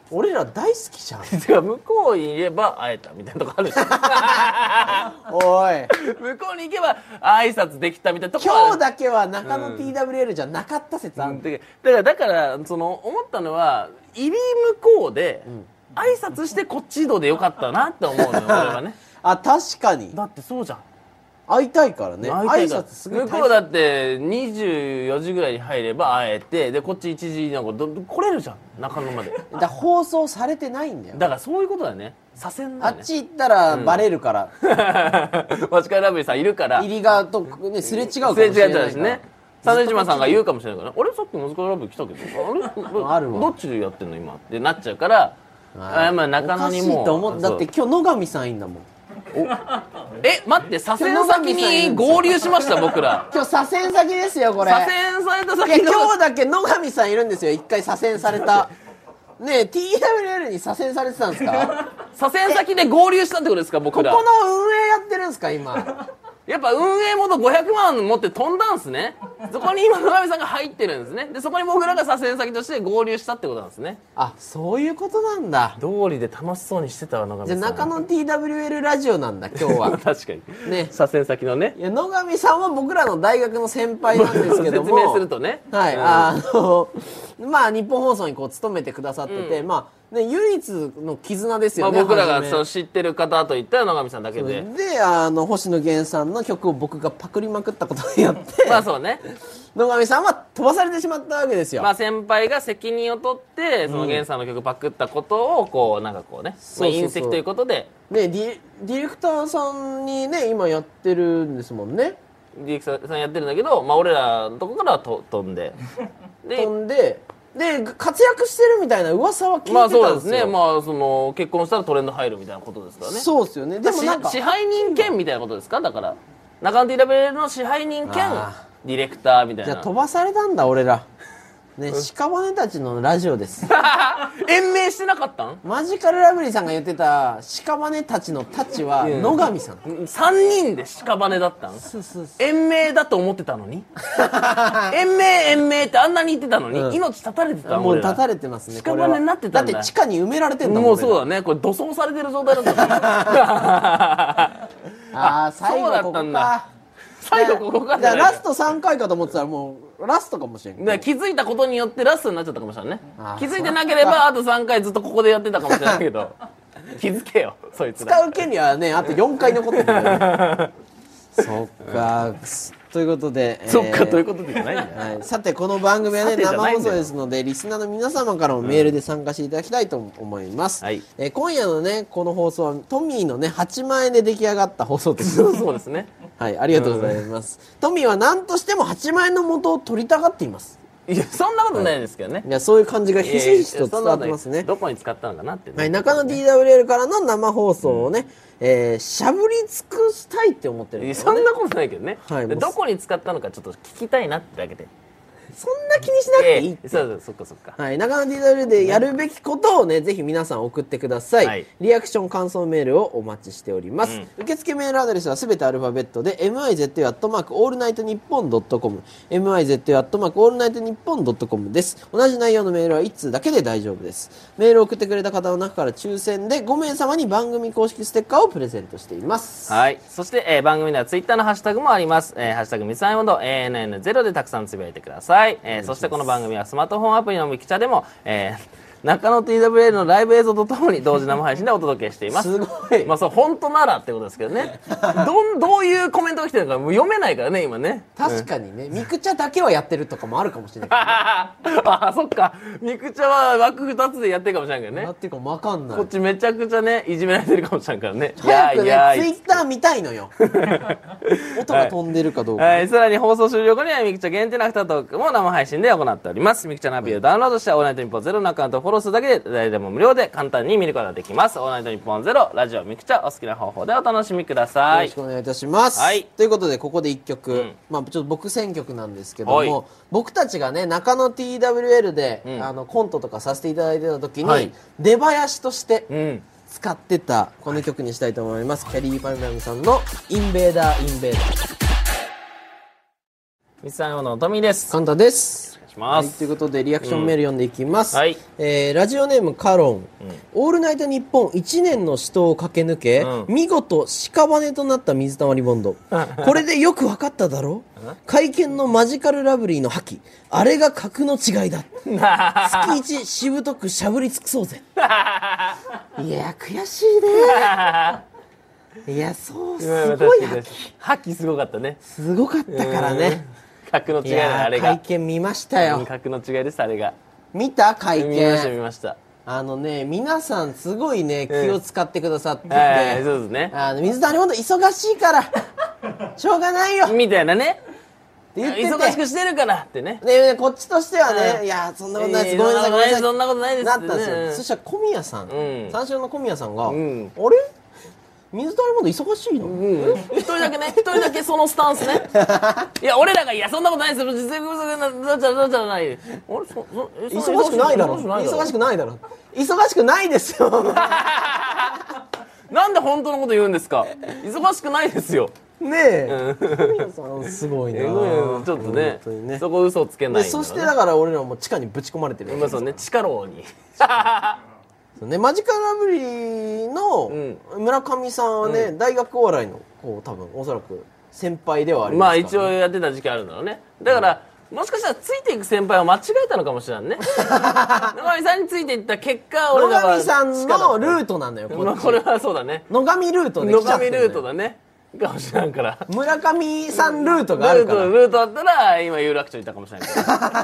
俺ら大好きじゃん。 てか向こうにいれば会えたみたいなとこあるし。 おい。 向こうに行けば挨拶できたみたいなとこ今日だけは中野 TWL じゃなかった説ある。 だから思ったのは入り向こうで挨拶してこっち移動でよかったなって思うのよ俺はね。 あ、確かに。 だってそうじゃん。 会いたいからね。挨拶すぐ。 向こうだって24時ぐらいに入れば会えて、でこっち1時なんか来れるじゃん中野まで。 だ放送されてないんだよ。 だからそういうことだよね。させんだよね。 あっち行ったらバレるから。 マジカルラブリーさんいるから。 入り側とねすれ違うかもしれない。すれ違っちゃうしね。サンドウィッチマンさんが言うかもしれないから、あれさっきマジカルラブリー来たけど、あれあるわ。 どっちでやってんの今ってなっちゃうから。 まあ中野にもおかしいと思って、だって今日野上さんいいんだもん。 待って、左遷先に合流しました僕ら。 今日左遷先ですよこれ。 左遷された先の。 今日だけ野上さんいるんですよ。一回左遷された。ねえ TWL に左遷されてたんですか？ 左遷先で合流したってことですか僕ら。 ここの運営やってるんですか今？ やっぱ運営元500万持って飛んだんすね。そこに今野上さんが入ってるんですね。でそこに僕らが左遷先として合流したってことなんですね。 あ、そういうことなんだ。 通りで楽しそうにしてたわ野上さん。 じゃあ中野 TWL ラジオなんだ今日は。 確かにね、 左遷先のね。 いや野上さんは僕らの大学の先輩なんですけども説明するとね、 はい、まあ日本放送にこう勤めてくださってて、まあね、唯一の絆ですよね。 僕らがそう知ってる方といったら野上さんだけで。 で、星野源さんの曲を僕がパクりまくったことによってまあそうね、 野上さんは飛ばされてしまったわけですよ。 まあ先輩が責任を取ってその源さんの曲パクったことをこうなんかこうね、まあ、隕石ということで、 ディレクターさんにね今やってるんですもんね。 ディレクターさんやってるんだけど、まあ俺らのとこからは飛んでで活躍してるみたいな噂は聞いてたんですよ。 まあそうですね。まあその結婚したらトレンド入るみたいなことですからね。 そうですよね。でもなんか支配人兼みたいなことですか。だから中野 TWL の支配人兼ディレクターみたいな。 じゃあ飛ばされたんだ俺らね。屍たちのラジオです。 延命してなかったん？ マジカルラブリーさんが言ってた屍たちのたちは野上さん。 3人で屍だったん？延命だと思ってたのに延命ってあんなに言ってたのに、命絶たれてた。 もう絶たれてますね。 屍になってたんだ。 だって地下に埋められてんだもん。 もうそうだね。これ土葬されてる状態だったんだ。 ああ最後ここか。 最後ここか。 じゃあラスト3回かと思ってたらもうラストかもしれん。 気づいたことによってラストになっちゃったかもしれないね。気づいてなければあと3回ずっとここでやってたかもしれないけど気づけよそいつら。 使う権利はねあと4回残ってるからね。そっかということで、 そっかということでじゃないんだよ、 はい、さてこの番組はね生放送ですのでリスナーの皆様からもメールで参加していただきたいと思います、 はい。 今夜のねこの放送はトミーのね8万円で出来上がった放送ですそうですね。 はい、ありがとうございます、トミーは何としても8万円の元を取りたがっています。 いやそんなことないですけどね、 いやそういう感じがひしひしと伝わってますね。 どこに使ったのかなって、ね、 はい、中野 DWL からの生放送をね、しゃぶり尽くしたいって思ってるんですよね。 そんなことないけどね、 はい、 どこに使ったのかちょっと聞きたいなってだけで。 そんな気にしなくていいって、 そっかそっか。 はい、中野 DWL でやるべきことをね、ぜひ皆さん送ってください、はい、リアクション感想メールをお待ちしております、受付メールアドレスはすべてアルファベットで mizu@allnightnippon.com mizu@allnightnippon.com です。同じ内容のメールは1通だけで大丈夫です。メールを送ってくれた方の中から抽選で5名様に番組公式ステッカーをプレゼントしています。 はい、そして、番組ではツイッターのハッシュタグもあります、ハッシュタグミスアイモンド ANN0 でたくさんつぶやいてください。そしてこの番組はスマートフォンアプリのミキチャでも、中野 TWL のライブ映像とともに同時生配信でお届けしています。 すごい。 まあそう本当ならってことですけどね。どういうコメントが来てるのかもう読めないからね今ね。 確かにね、ミクチャだけはやってるとかもあるかもしれない、 ね。あそっか。ミクチャは枠2つでやってるかもしれないけどね。 やってるかもわかんない。 こっちめちゃくちゃねいじめられてるかもしれないからね。 早くねツイッター見たいのよ。音が飛んでるかどうか。 はい、さらに放送終了後にはミクチャ限定のアフタートークも生配信で行っております。ミクチャのアプリをダウンロードしてオールナイトニッポンゼロのアカウントをフォローするだけで誰でも無料で簡単に見ることができます。オールナイトニッポンゼロラジオミクチャお好きな方法でお楽しみください。 よろしくお願いいたします。 はい、 ということでここで1曲、まあちょっと僕選曲なんですけども、僕たちがね中野 TWL で、コントとかさせていただいてた時に、出囃子として使ってたこの曲にしたいと思います。キャリーパンラムさんのインベーダーインベーダー。 ミスアイモンドのトミーです。 カンタです。 はい、 ということでリアクションメール読んでいきます、 はい、 ラジオネームカロン、オールナイトニッポン1年の死闘を駆け抜け、見事屍となった水溜りボンドこれでよく分かっただろう会見のマジカルラブリーの覇気あれが格の違いだ月一しぶとくしゃぶり尽くそうぜいや悔しいねいやそうすごい覇気すごかったね。 すごかったからね。 格の違いだあれが。 会見見ましたよ。 格の違いですあれが。 見た会見。 見ました。 皆さんすごいね気を使ってくださってて、 そうですね。 水谷本忙しいからしょうがないよみたいなね。 って言ってて、 忙しくしてるからってね。 で、こっちとしてはね、いや、そんなことないです、ごめんなさい、ごめんなさい。 そんなことないですなったんですよ。そしたら小宮さん、三四郎の小宮さんが、あれ水谷まだ忙しいの？ 一人だけね、一人だけそのスタンスね。いや、俺らが、いや、そんなことないですよ。実力不足どっちゃない。 忙しくないだろ。忙しくないだろ。忙しくないですよ。 なんで本当のこと言うんですか？忙しくないですよ。 ねえ。小宮さんすごいな。ちょっとね、そこ嘘つけない。 そしてだから俺らも地下にぶち込まれてる。 そうね、地下牢に。 ね、マジカルラブリーの村上さんはね、大学お笑いのこう多分おそらく先輩ではありますから、ね、 まあ一応やってた時期あるんだろうね。だから、もしかしたらついていく先輩は間違えたのかもしれんね。野上さんについていった結果、 俺らは野上さんのルートなんだよ。 これはそうだね。 野上ルートで来ちゃってる。 野上ルートだね。かもしれんから。 村上さんルートがあるから。 ルートだったら今有楽町いたかもしれないけど。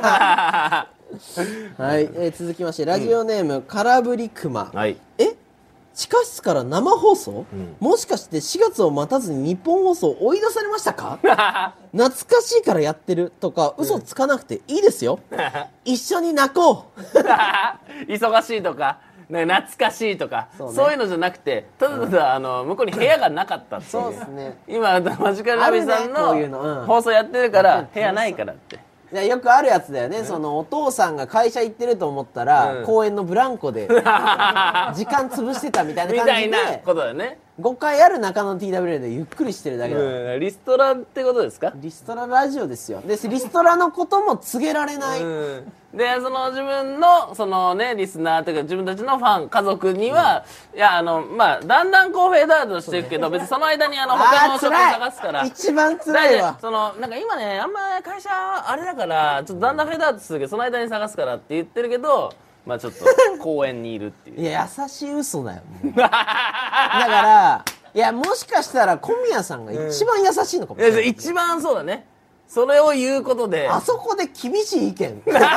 はい、続きましてラジオネーム、空振りクマ、 はい、 地下室から生放送、もしかして4月を待たずに日本放送を追い出されましたか？懐かしいからやってるとか嘘つかなくていいですよ。一緒に泣こう。 忙しいとか懐かしいとかそういうのじゃなくて、ただただ向こうに部屋がなかったっていう。 そうですね。 今マジカルラビさんの放送やってるから部屋ないからって。 いやよくあるやつだよね、そのお父さんが会社行ってると思ったら、公園のブランコで時間潰してたみたいな感じでみたいなことだよね。 5回ある中野 TWL でゆっくりしてるだけだ、 リストラってことですか？ リストララジオですよ。でリストラのことも告げられない、 でその自分のそのねリスナーというか自分たちのファン家族には、いやまあだんだんこうフェードアウトしていくけど、別にその間に他の職探すから。 一番辛いわ。 そのなんか今ねあんま会社あれだからちょっとだんだんフェードアウトするけどその間に探すからって言ってるけど、まあちょっと公園にいるっていう。 いや優しい嘘だよ。だからいやもしかしたら小宮さんが一番優しいのかもしれない。 一番そうだね。それを言うことであそこで厳しい意見。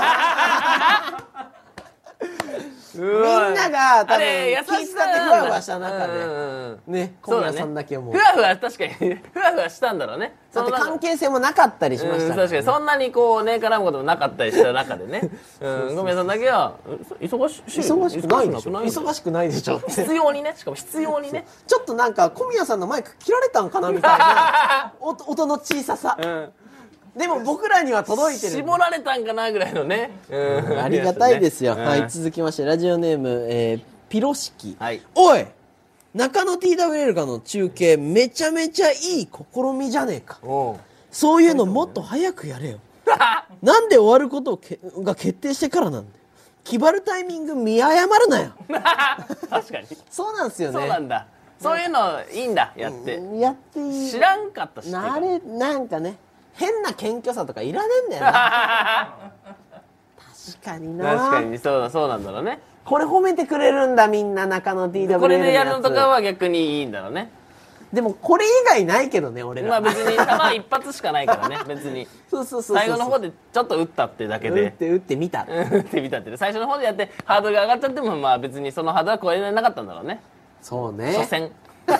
みんなが多分気使ってふわふわした中でね、小宮さんだけもふわふわ確かにふわふわしたんだろうね。 だって関係性もなかったりしましたから、ね、 確かにそんなにこうね絡むこともなかったりした中でね、小宮さんだけは忙しくないでしょ。忙しくないでしょ。 必要にね、しかも必要にね、 ちょっとなんか小宮さんのマイク切られたんかなみたいな音の小ささ、でも僕らには届いてる。 絞られたんかなぐらいのね。 ありがたいですよ。はい、続きましてラジオネーム、ピロシキ。おい中野 TWL がの中継めちゃめちゃいい試みじゃねえか。そういうのもっと早くやれよ。なんで終わることが決定してからなんだよ。決まるタイミング見誤るなよ。 確かにそうなんですよね。 そうなんだ。そういうのいいんだ。やっていい。知らんかったしなんかね変な謙虚さとかいらねえんだよな。確かにな。 確かにそうなんだろうね。 これ褒めてくれるんだみんな中野 TWL のやつ。 これでやるのとかは逆にいいんだろうね。 でもこれ以外ないけどね俺ら。 まあ別にただ一発しかないからね別に。そう最後の方でちょっと打ったってだけで。 打ってみた。 打ってみたって最初の方でやってハードルが上がっちゃってもまあ別にそのハードルは超えられなかったんだろうね。 そうね。 所詮。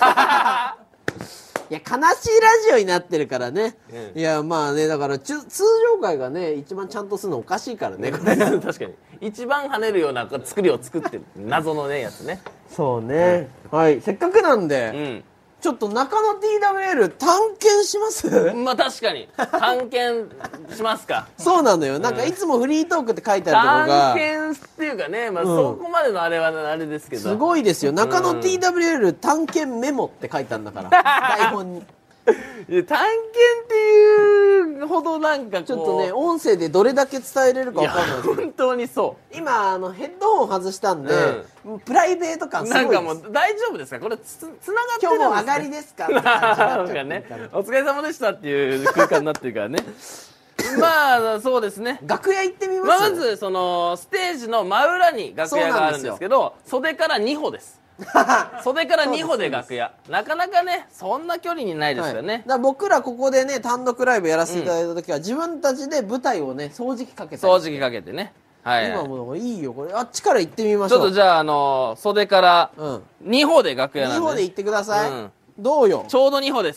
いや悲しいラジオになってるからね、いやまあねだから通常回がね一番ちゃんとするのおかしいからねこれ。 確かに一番跳ねるような作りを作ってる謎のねやつね。 そうね、はいせっかくなんで、ちょっと中野 TWL 探検します？ まあ確かに探検しますか。 そうなのよ。なんかいつもフリートークって書いてあるとこが探検っていうかね、まあそこまでのあれはあれですけど、 すごいですよ。中野 TWL 探検メモって書いてあるんだから台本に。 いや探検っていうほどなんかこうちょっとね音声でどれだけ伝えれるか分かんないですけど、 本当にそう今ヘッドホン外したんで、プライベート感すごいです。 なんかもう大丈夫ですかこれつながってるんですか。 今日も上がりですかって感じになっちゃうお疲れ様でしたっていう空間になってるからね。まあそうですね。 楽屋行ってみます。 まずそのステージの真裏に楽屋があるんですけど、袖から2歩です。袖から2歩で楽屋。なかなかねそんな距離にないですよね。 だから僕らここでね単独ライブやらせていただいた時は、自分たちで舞台をね掃除機かけてね。はい。 今もういいよこれ。あっちから行ってみましょう。 ちょっとじゃあ袖から2歩で楽屋なんで。 2歩で行ってください。どうよ。 ちょうど2歩です。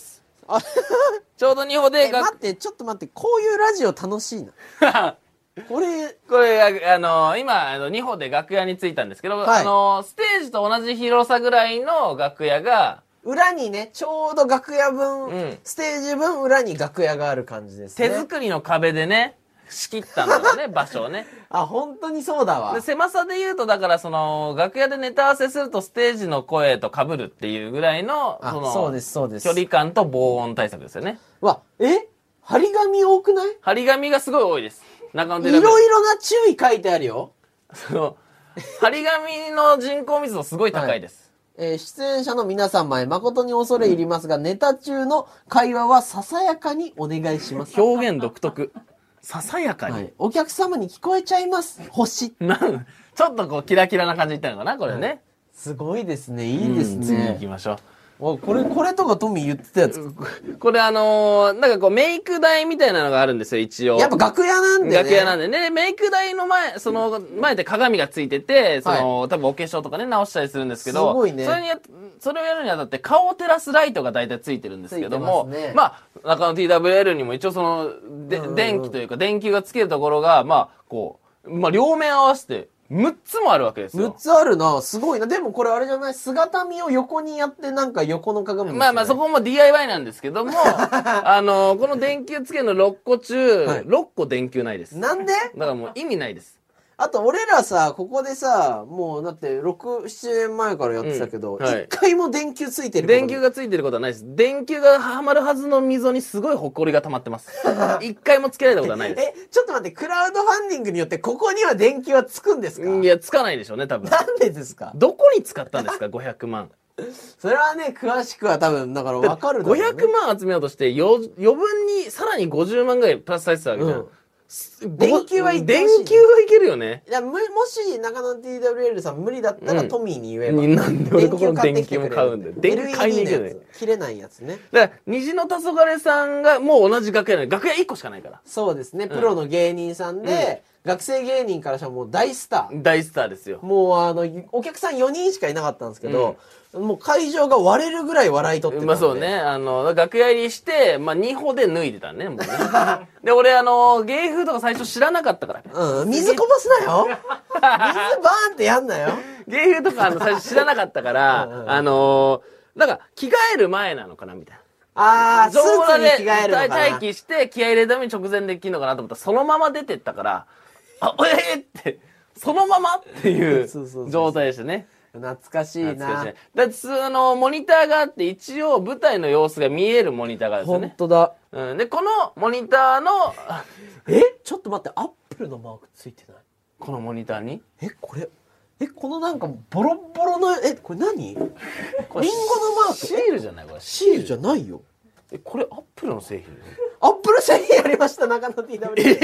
ちょうど2歩で待って、ちょっと待って、こういうラジオ楽しいな。これ今、2歩で楽屋に着いたんですけど、ステージと同じ広さぐらいの楽屋が、 裏にね、ちょうど楽屋分、ステージ分裏に楽屋がある感じですね。 手作りの壁でね、仕切ったんだよね、場所をね。 本当にそうだわ。 で、狭さで言うと、だから楽屋でネタ合わせするとステージの声と被るっていうぐらいの、 そうです、そうです。 距離感と防音対策ですよね。 張り紙多くない？ 張り紙がすごい多いです。中野いろいろな注意書いてあるよ。 張り紙の人口密度すごい高いです。 出演者の皆様へ誠に恐れ入りますが、ネタ中の会話はささやかにお願いします。 表現独特。ささやかに、 お客様に聞こえちゃいます。星。 ちょっとキラキラな感じいったのかなこれね。 すごいですね。いいですね。 次行きましょう。 これとかトミー言ってたやつ。 これなんかメイク台みたいなのがあるんですよ、一応。 やっぱ楽屋なんでね。 楽屋なんでね。メイク台の前って鏡がついてて、多分お化粧とかね、直したりするんですけど、 すごいね。 それをやるにあたって顔を照らすライトが大体ついてるんですけども、中野 TWL にも一応電気というか電球がつけるところが、両面合わせて、6つもあるわけですよ。 6つあるな。すごいな。でもこれあれじゃない？姿見を横にやってなんか横の鏡に。 そこも DIY なんですけども、この電球つけるの6個中、6個電球ないです。 なんで？ だからもう意味ないです。 あと俺らさ、ここでさ、もうだって6、7年前からやってたけど、一回も電球ついてる電球がついてることはないです。電球がはまるはずの溝にすごい埃が溜まってます。一回もつけられたことはないです。 ちょっと待って、クラウドファンディングによってここには電球はつくんですか？ いや、つかないでしょうね、多分。 なんでですか？ どこに使ったんですか、500万。 それはね、詳しくは多分、だから分かるだろうね。 500万集めようとして、余分にさらに50万ぐらいプラスされてたわけじゃん。 電球はい電球はいけるよね。 いや、もし中野 TWL さん無理だったらトミーに言えば。 なんで俺ここの電球も買うんだよ。電球買いに行けない。 切れないやつね。 だから、虹の黄昏さんがもう同じ楽屋なの。楽屋1個しかないから。 そうですね。プロの芸人さんで、学生芸人からしたらもう大スター。 大スターですよ。 もうお客さん4人しかいなかったんですけど、もう会場が割れるぐらい笑い取ってたんで。 そうね。楽屋入りして、2歩で脱いでたね、もうね。で、俺芸風とか最初知らなかったから。 水こぼすなよ水バーンってやんなよ芸風とか最初知らなかったから、なんか着替える前なのかな、みたいな。 スーツに着替えるのかな。 待機して気合い入れるために直前で着るのかなと思ったら、そのまま出てったから、ってそのままっていう状態でしたね。 懐かしいな。 だってモニターがあって、一応舞台の様子が見えるモニターがあるんですよね。 本当だ。 で、このモニターの、 ちょっと待って、アップルのマークついてない？ このモニターにこのなんかボロボロの、これ何？リンゴのマーク。 シールじゃないこれ。 シールじゃないよ。 これアップルの製品？ アップル製品やりました、中野 TW。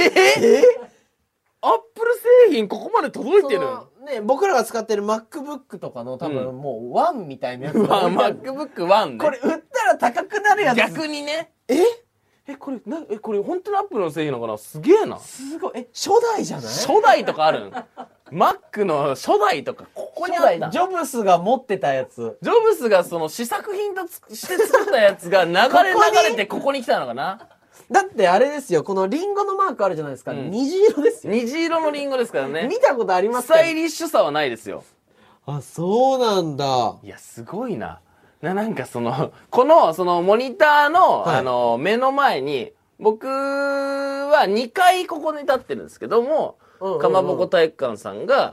アップル製品ここまで届いてる？ ね、僕らが使ってる MacBook とかの多分もうワンみたいなやつ。 MacBook One ね。 これ売ったら高くなるやつ。 逆にね。これ本当にアップルの製品なのかな？すげえな。 すごい。初代じゃない？ 初代とかあるん？Mac の初代とかここにあった。 ジョブスが持ってたやつ。 ジョブスが試作品として作ったやつが流れてここに来たのかな？ だってあれですよ、このリンゴのマークあるじゃないですか。虹色ですよ。 虹色のリンゴですからね。 見たことありますか？ スタイリッシュさはないですよ。 そうなんだ。 いや、すごいな。なんかこのモニターの、目の前に、僕は2回ここに立ってるんですけども、かまぼこ体育館さんが、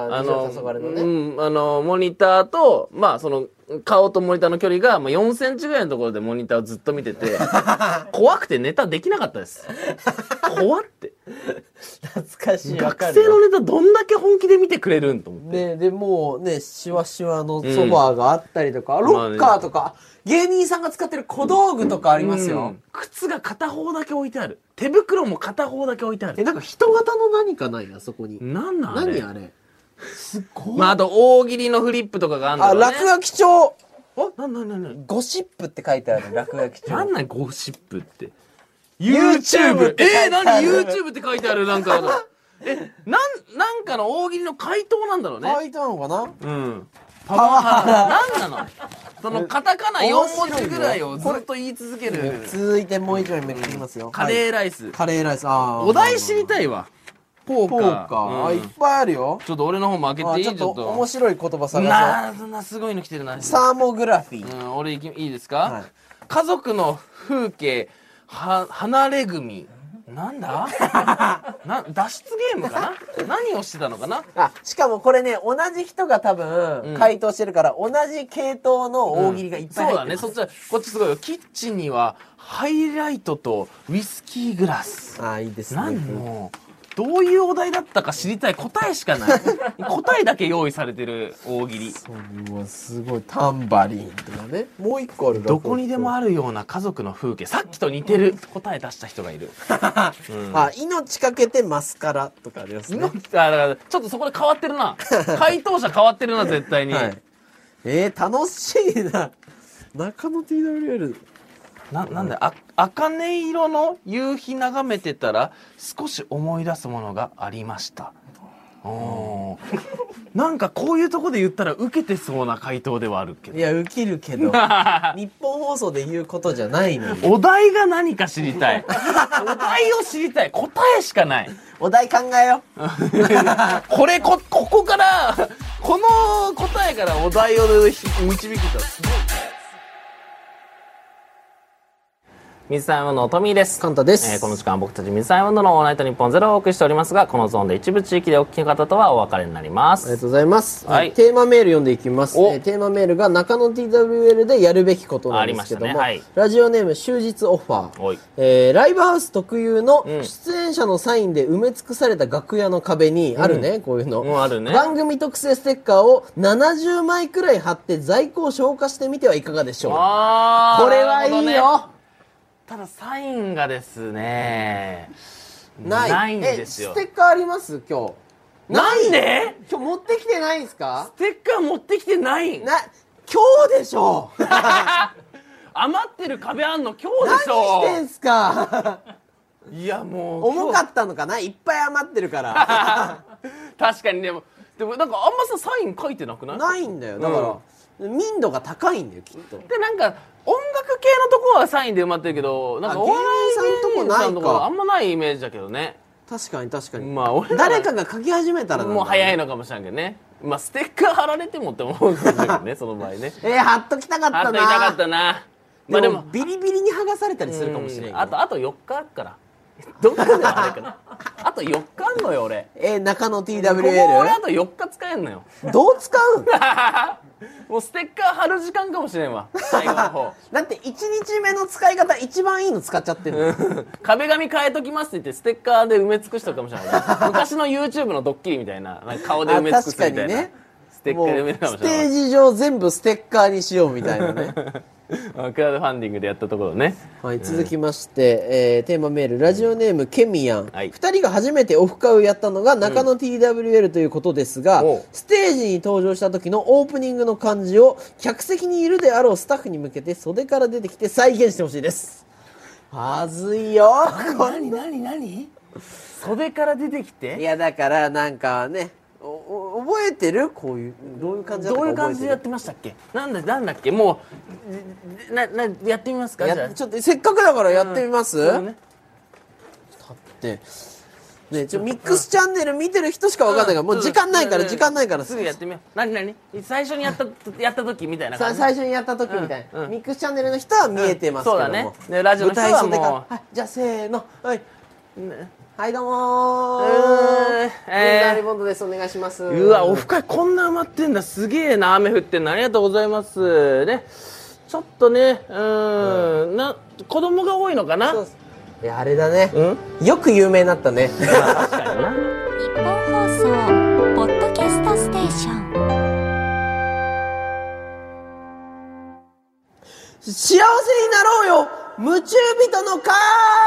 モニターと、顔とモニターの距離が4センチぐらいのところでモニターをずっと見てて、怖くてネタできなかったです。怖って。 懐かしい。 学生のネタどんだけ本気で見てくれるんと思って。 で、もうね、シワシワのソファーがあったりとか、ロッカーとか、芸人さんが使ってる小道具とかありますよ。 靴が片方だけ置いてある。手袋も片方だけ置いてある。 なんか人型の何かないな、そこに。 何あれ？ 何あれ？すごい。 あと大喜利のフリップとかがあるんだろうね。 落書き帳。 何ゴシップって書いてある落書き帳。 なんゴシップって。YouTube！ 何 YouTube って書いてあるなんかなんかの大喜利の回答なんだろうね。 回答なのかな？ パワハラ。何なの？ そのカタカナ4文字ぐらいをずっと言い続ける。 続いてもう一枚めくりますよ。 カレーライス。 カレーライス。ああ。 お題知りたいわ。ポーカー。 いっぱいあるよ。 ちょっと俺の方も開けていい？ ちょっと面白い言葉探そう。な、すごいの来てるな。 サーモグラフィー。 俺いいですか？家族の風景、離れ組。なんだ脱出ゲームかな。何をしてたのかな。 しかもこれね、同じ人が多分回答してるから、同じ系統の大喜利がいっぱい入ってる。 そうだね。こっちすごいよ。キッチンにはハイライトとウイスキーグラス。 いいですね。 どういうお題だったか知りたい。答えしかない。答えだけ用意されてる大喜利。 すごい。タンバリンとかね。もう一個ある。 どこにでもあるような家族の風景。さっきと似てる答え出した人がいる。 命かけてマスカラとかありますね。 だからちょっとそこで変わってるな。回答者変わってるな、絶対に。 楽しいな。中野 TWL。 なんで茜色の夕日眺めてたら少し思い出すものがありました。なんかこういうとこで言ったら受けてそうな回答ではあるけど。 いや、受けるけど日本放送で言うことじゃないのに。 お題が何か知りたい。お題を知りたい。答えしかない。 お題考えよう。 ここからこの答えからお題を導きたらすごい。水溜りボンドのトミーです。 カンタです。 この時間は僕たち水溜りボンドのオールナイトニッポンゼロをお送りしておりますが、このゾーンで一部地域でお聞きの方とはお別れになります。 ありがとうございます。テーマメール読んでいきます。テーマメールが中野 TWL でやるべきことなんですけども、ラジオネーム終日オファー。ライブハウス特有の出演者のサインで埋め尽くされた楽屋の壁にあるね、こういうの。 あるね。 番組特製ステッカーを70枚くらい貼って在庫を消化してみてはいかがでしょう。これはいいよ。 ただサインがですね、 ないんですよ。 ステッカーあります今日。 なんで？ 今日持ってきてないんですか？ ステッカー持ってきてない。 今日でしょ。 余ってる壁あんの今日でしょ。 何してんすか？ いやもう重かったのかな、いっぱい余ってるから。 確かに。でもなんかあんまさサイン書いてなくない？ ないんだよ。だから民度が高いんだよきっと。 でなんか音楽系のところはサインで埋まってるけど、なんかお笑い芸人さんとこあんまないイメージだけどね。 確かに。 誰かが書き始めたらもう早いのかもしれんけどね。ステッカー貼られてもって思うんだけどね、その場合ね。 貼っときたかったな。 貼っときたかったな。 でもビリビリに剥がされたりするかもしれん。 あと4日あるから。どっかではあれかな。あと4日あんのよ俺。 中野 TWL？ 俺あと4日使えんのよ。 どう使うん？ もうステッカー貼る時間かもしれんわ、最後の方。 だって1日目の使い方一番いいの使っちゃってるの。 壁紙変えときますって言ってステッカーで埋め尽くしたかもしれない。昔の YouTube のドッキリみたいな、なんか顔で埋め尽くすみたいな。確かにね。ステッカーで埋めるかもしれない。 ステージ上全部ステッカーにしようみたいなね。 クラウドファンディングでやったところね。 はい、続きまして、テーマメールラジオネームケミヤン、2人が初めてオフ会をやったのが中野 TWL ということですが、ステージに登場した時のオープニングの感じを客席にいるであろうスタッフに向けて袖から出てきて再現してほしいです。はずいよ。 何袖から出てきて？ いやだからなんかね、覚えてる？こういうどういう感じだったか覚えてる？どういう感じでやってましたっけ？なんだっけ？もうやってみますか？ ちょっとせっかくだからやってみます？だってね、ミックスチャンネル見てる人しか分かんないから、もう時間ないからすぐやってみよう。何最初にやった時みたいな感じ。 最初にやった時みたいな。ミックスチャンネルの人は見えてますけども、そうだね。ラジオの人はもう、 じゃあせーの、はいどうもー。ダーリボンドです。お願いします。 うわ、オフ会こんな埋まってんだ。すげえな。雨降ってんの。ありがとうございますね。ちょっとね、子供が多いのかな。 いやあれだね、よく有名になったね。 確かにな。 日本放送ポッドキャストステーション。 幸せになろうよ夢中人の会。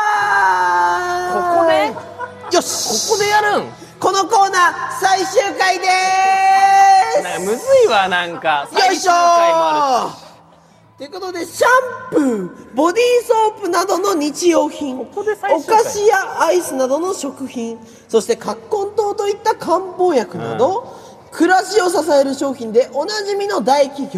ここでよし、 ここでやるん。 このコーナー最終回でーす。 なんかむずいわ、なんかよいしょー。ということでシャンプー、ボディーソープなどの日用品、お菓子やアイスなどの食品、そして葛根湯といった漢方薬など、暮らしを支える商品でおなじみの大企業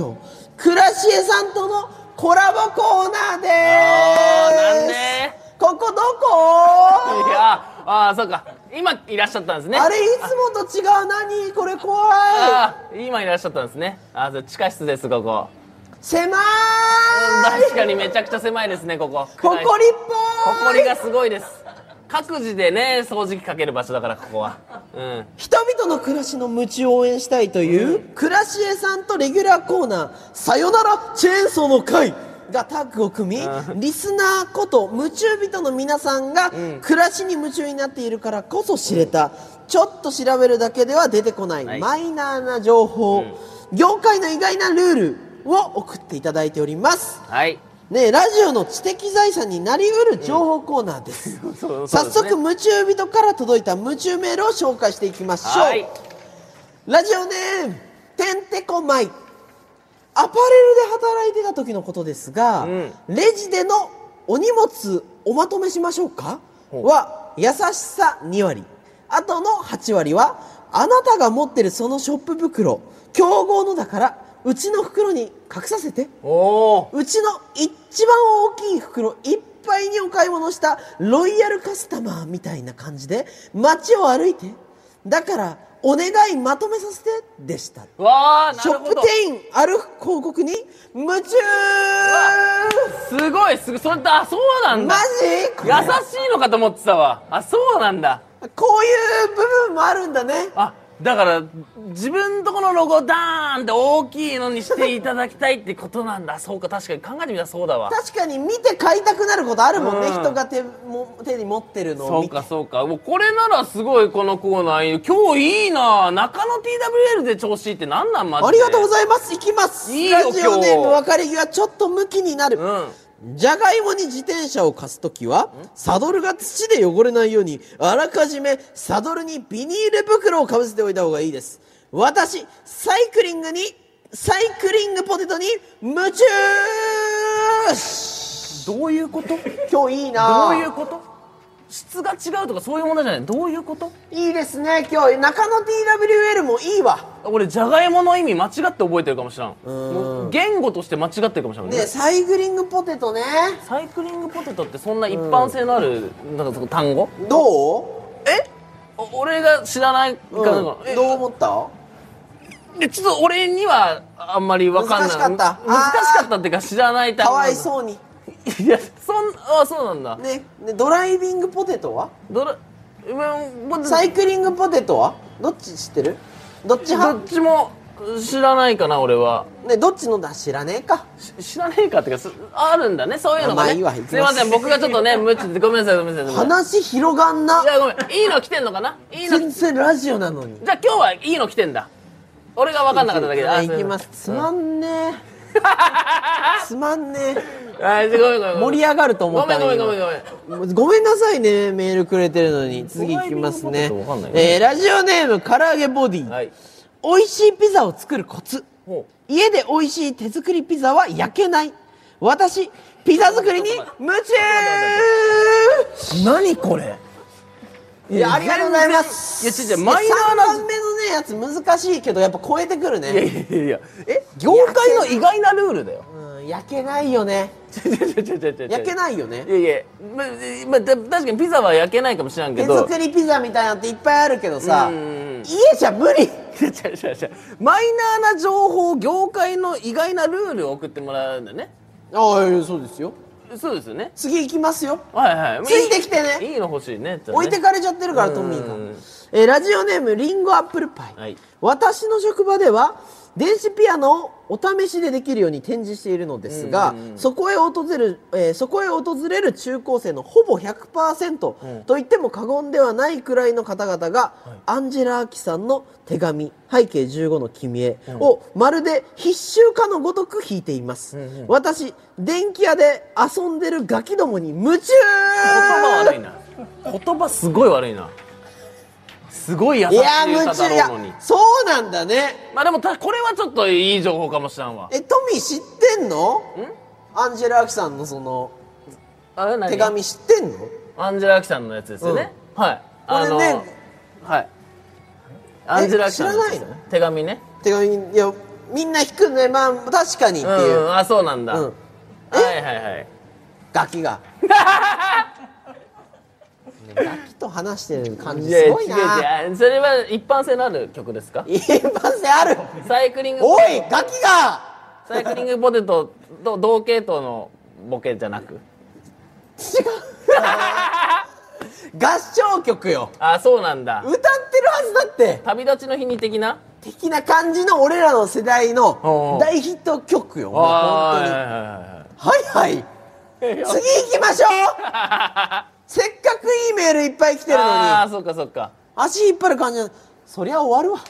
クラシエさんとのコラボコーナーでなんでここどこいやそうか今いらっしゃったんですね。 あれいつもと違う。何これ怖い。今いらっしゃったんですね。地下室です。ここ狭い。 確かにめちゃくちゃ狭いですね。ここほこりっぽい。 ほこりがすごいです。各自でね掃除機かける場所だからここは、 人々の暮らしの夢中を応援したいという、クラシエさんとレギュラーコーナーさよならチェーンソーの会がタッグを組み、リスナーこと夢中人の皆さんが暮らしに夢中になっているからこそ知れた、ちょっと調べるだけでは出てこないマイナーな情報、業界の意外なルールを送っていただいております。 はいね、ラジオの知的財産になりうる情報コーナーです。早速夢中人から届いた夢中メールを紹介していきましょう。ラジオネームてんてこまい。アパレルで働いてた時のことですが、レジでのお荷物おまとめしましょうかは優しさ2割、あとの8割はあなたが持ってるそのショップ袋競合のだからうちの袋に隠させて。うちの一番大きい袋いっぱいにお買い物したロイヤルカスタマーみたいな感じで街を歩いて、だからお願いまとめさせてでした。ショップ店員ある広告に夢中。 すごいそれそうなんだ。 マジ優しいのかと思ってたわ。そうなんだ。 こういう部分もあるんだね。 だから自分とこのロゴダーンって大きいのにしていただきたいってことなんだ。そうか、確かに考えてみたらそうだわ。 確かに見て買いたくなることあるもんね、人が手に持ってるのを見て。 そうかもうこれならすごい。このコーナー今日いいな。中野 TWL で調子いいってなんなんマジで。 ありがとうございます。いきます。 いいよ。 ラジオネーム別れ際ちょっと向きになる。じゃがいもに自転車を貸すときはサドルが土で汚れないようにあらかじめサドルにビニール袋をかぶせておいた方がいいです。私サイクリングポテトに夢中。 どういうこと？ 今日いいな。 どういうこと？質が違うとかそういうものじゃない。どういうこと？ いいですね。今日中野 TWL もいいわ。 俺じゃがいもの意味間違って覚えてるかもしれん。もう言語として間違ってるかもしれないね。サイクリングポテトね。 サイクリングポテトってそんな一般性のあるなんかその単語？ どう？ 俺が知らないかなんか、 どう思った？ ちょっと俺にはあんまり分かんない。難しかったっていうか知らない単語。 かわいそうに。 いやそうなんだね。ドライビングポテトはサイクリングポテトはどっち知ってる？どっち派？ どっちも知らないかな俺は。 ね、どっちのだ知らねえか。 知らねえかっていうかあるんだね、そういうのがね。すいません、僕がちょっとね無知でごめんなさい。 話広がんな。 いやごめん、いいの来てんのかな。 全然ラジオなのに。 じゃあ今日はいいの来てんだ。俺が分かんなかっただけで。 いきます。つまんねつまんね盛り上がると思ったのに。ごめんなさいね、メールくれてるのに。次いきますね。ラジオネーム唐揚げボディ。美味しいピザを作るコツ。家で美味しい手作りピザは焼けない。私ピザ作りに夢中。 何これ。 いや、ありがとうございます。 いやマイナーな 3番目のねやつ難しいけどやっぱ超えてくるね。 いや業界の意外なルールだよ。 焼けないよね。焼けないよね。 いや確かにピザは焼けないかもしれんけど、 手作りピザみたいなのっていっぱいあるけどさ、家じゃ無理。 マイナーな情報、業界の意外なルールを送ってもらうんだね。 そうですよ。 そうですよね。 次行きますよ。 はいついてきてね。 いいの欲しいね。 置いてかれちゃってるからトミーが。ラジオネームリンゴアップルパイ。私の職場では電子ピアノをお試しでできるように展示しているのですが、そこへ訪れる中高生のほぼ 100% と言っても過言ではないくらいの方々が、アンジェラ・アキさんの手紙背景15の君へをまるで必修かのごとく弾いています。私電気屋で遊んでるガキどもに夢中。 言葉悪いな。言葉すごい悪いな。すごい優しい歌だろうのに。 そうなんだね。 まあでもこれはちょっといい情報かもしれんわ。 トミー知ってんの？アンジェラ・アキさんのその手紙知ってんの？ アンジェラ・アキさんのやつですよね。はい。 これね、 はい。アンジェラ・アキさんの手紙ね。 手紙、いやみんな弾くね、まあ確かにっていう、 あ、そうなんだ、はいはいはい。 ガキがガキと話してる感じすごいな。 違うそれは一般性のある曲ですか？ 一般性ある。 サイクリングおいガキがサイクリングポテトと同系統のボケじゃなく違う合唱曲よ。 あ、そうなんだ。 歌ってるはずだって。 旅立ちの日に的な感じの俺らの世代の大ヒット曲よ。もう本当に。はいはい。次行きましょうせっかくいいメールいっぱい来てるのに。 ああ、そっかそっか。 足引っ張る感じそりゃ終わるわ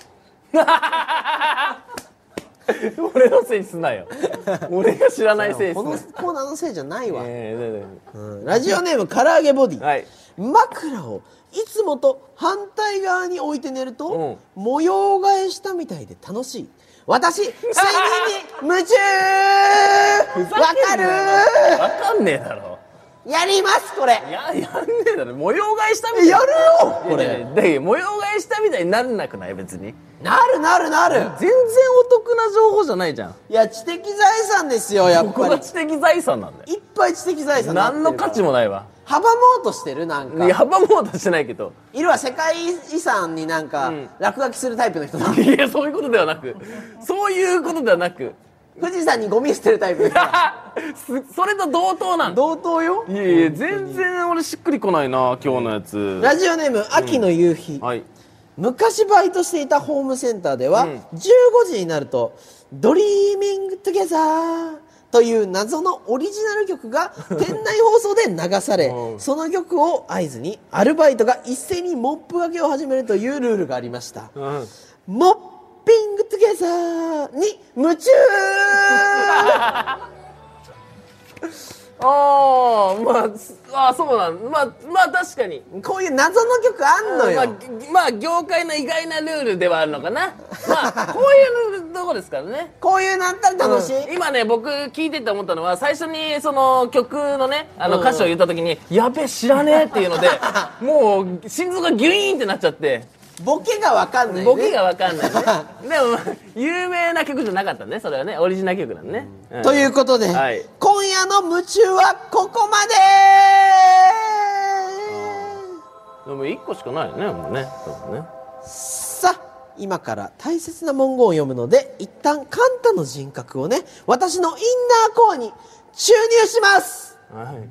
俺のせいにすなよ俺が知らないせいにすな。 このコーナーのせいじゃないわ、ラジオネーム唐揚げボディ、はい、枕をいつもと反対側に置いて寝ると、模様替えしたみたいで楽しい。私睡眠に夢中わかるわかんねえだろ。 やりますこれ。 やんねえだろ。模様替えしたみたい。 やるよこれ。 で模様替えしたみたいにならなくない？別になる全然お得な情報じゃないじゃん。 いや知的財産ですよ。やっぱりここが知的財産なんだよ。 いっぱい知的財産何の価値もないわ。 阻もうとしてる。なんかいや阻もうとしてないけどいるわ。世界遺産になんか、落書きするタイプの人だ。 いやそういうことではなくそういうことではなく富士山にゴミ捨てるタイプの人だそれと同等なんだ。 同等よ。 いやいや全然俺しっくりこないな今日のやつ。 ラジオネーム秋の夕日、はい、昔バイトしていたホームセンターでは、15時になるとドリーミングトゥゲザーという謎のオリジナル曲が店内放送で流されその曲を合図にアルバイトが一斉にモップがけを始めるというルールがありました、モッピングトゥゲザーに夢中まあそうなんまあ確かにこういう謎の曲あんのよ。 まあ業界の意外なルールではあるのかな。まあこういうとこですからね。 こういうなったら楽しい、 今ね僕聞いてて思ったのは最初にその曲のね歌詞を言った時にやべえ知らねえっていうのでもう心臓がギュイーンってなっちゃってボケが分かんないね。 ボケが分かんないねでも有名な曲じゃなかったねそれはね。オリジナル曲なんね、 ということで、はい、今夜の夢中はここまででも1個しかないよねもうね。 さあ今から大切な文言を読むので一旦カンタの人格をね私のインナーコアに注入します、はい、痛い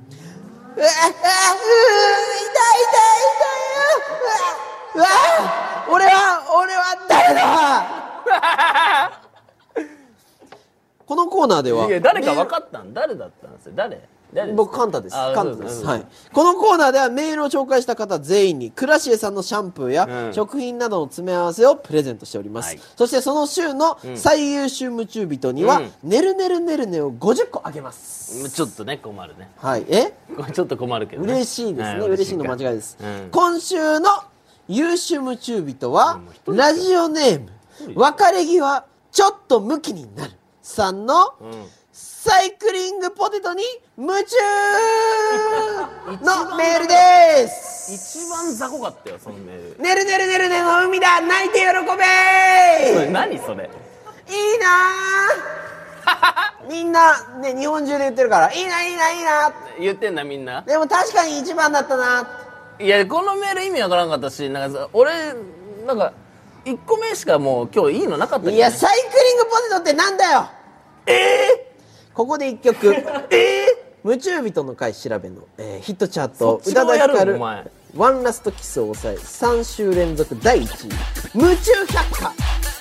俺は誰だこのコーナーではいや誰か分かったん誰だったんですよ。誰僕カンタです。カンタです、はい、このコーナーではメールを紹介した方全員にクラシエさんのシャンプーや食品などの詰め合わせをプレゼントしております、そしてその週の最優秀夢中人には、ねるねるねるねを50個あげます。 ちょっとね困るね。 はいこれちょっと困るけど、ね、 嬉しいですね、嬉しいの間違いです、今週の優秀夢中人は、ラジオネーム別れ際ちょっとムキになるさんの、サイクリングポテトに夢中のメールです。 一番雑魚かったよそのメール。 ねるねるねるねの海だ泣いて喜べそれ何それ。 いいなみんなね日本中で言ってるからいいないいないいなって言ってんだみんな。 でも確かに一番だったな。 いやこのメール意味わからんかったしなんか俺なんか1個目しかもう今日いいのなかったけど、ね、 いやサイクリングポテトってなんだよ。ここで1曲夢中人の会調べの、ヒットチャート宇多田ヒカルワンラストキスを抑え3週連続第1位夢中百科。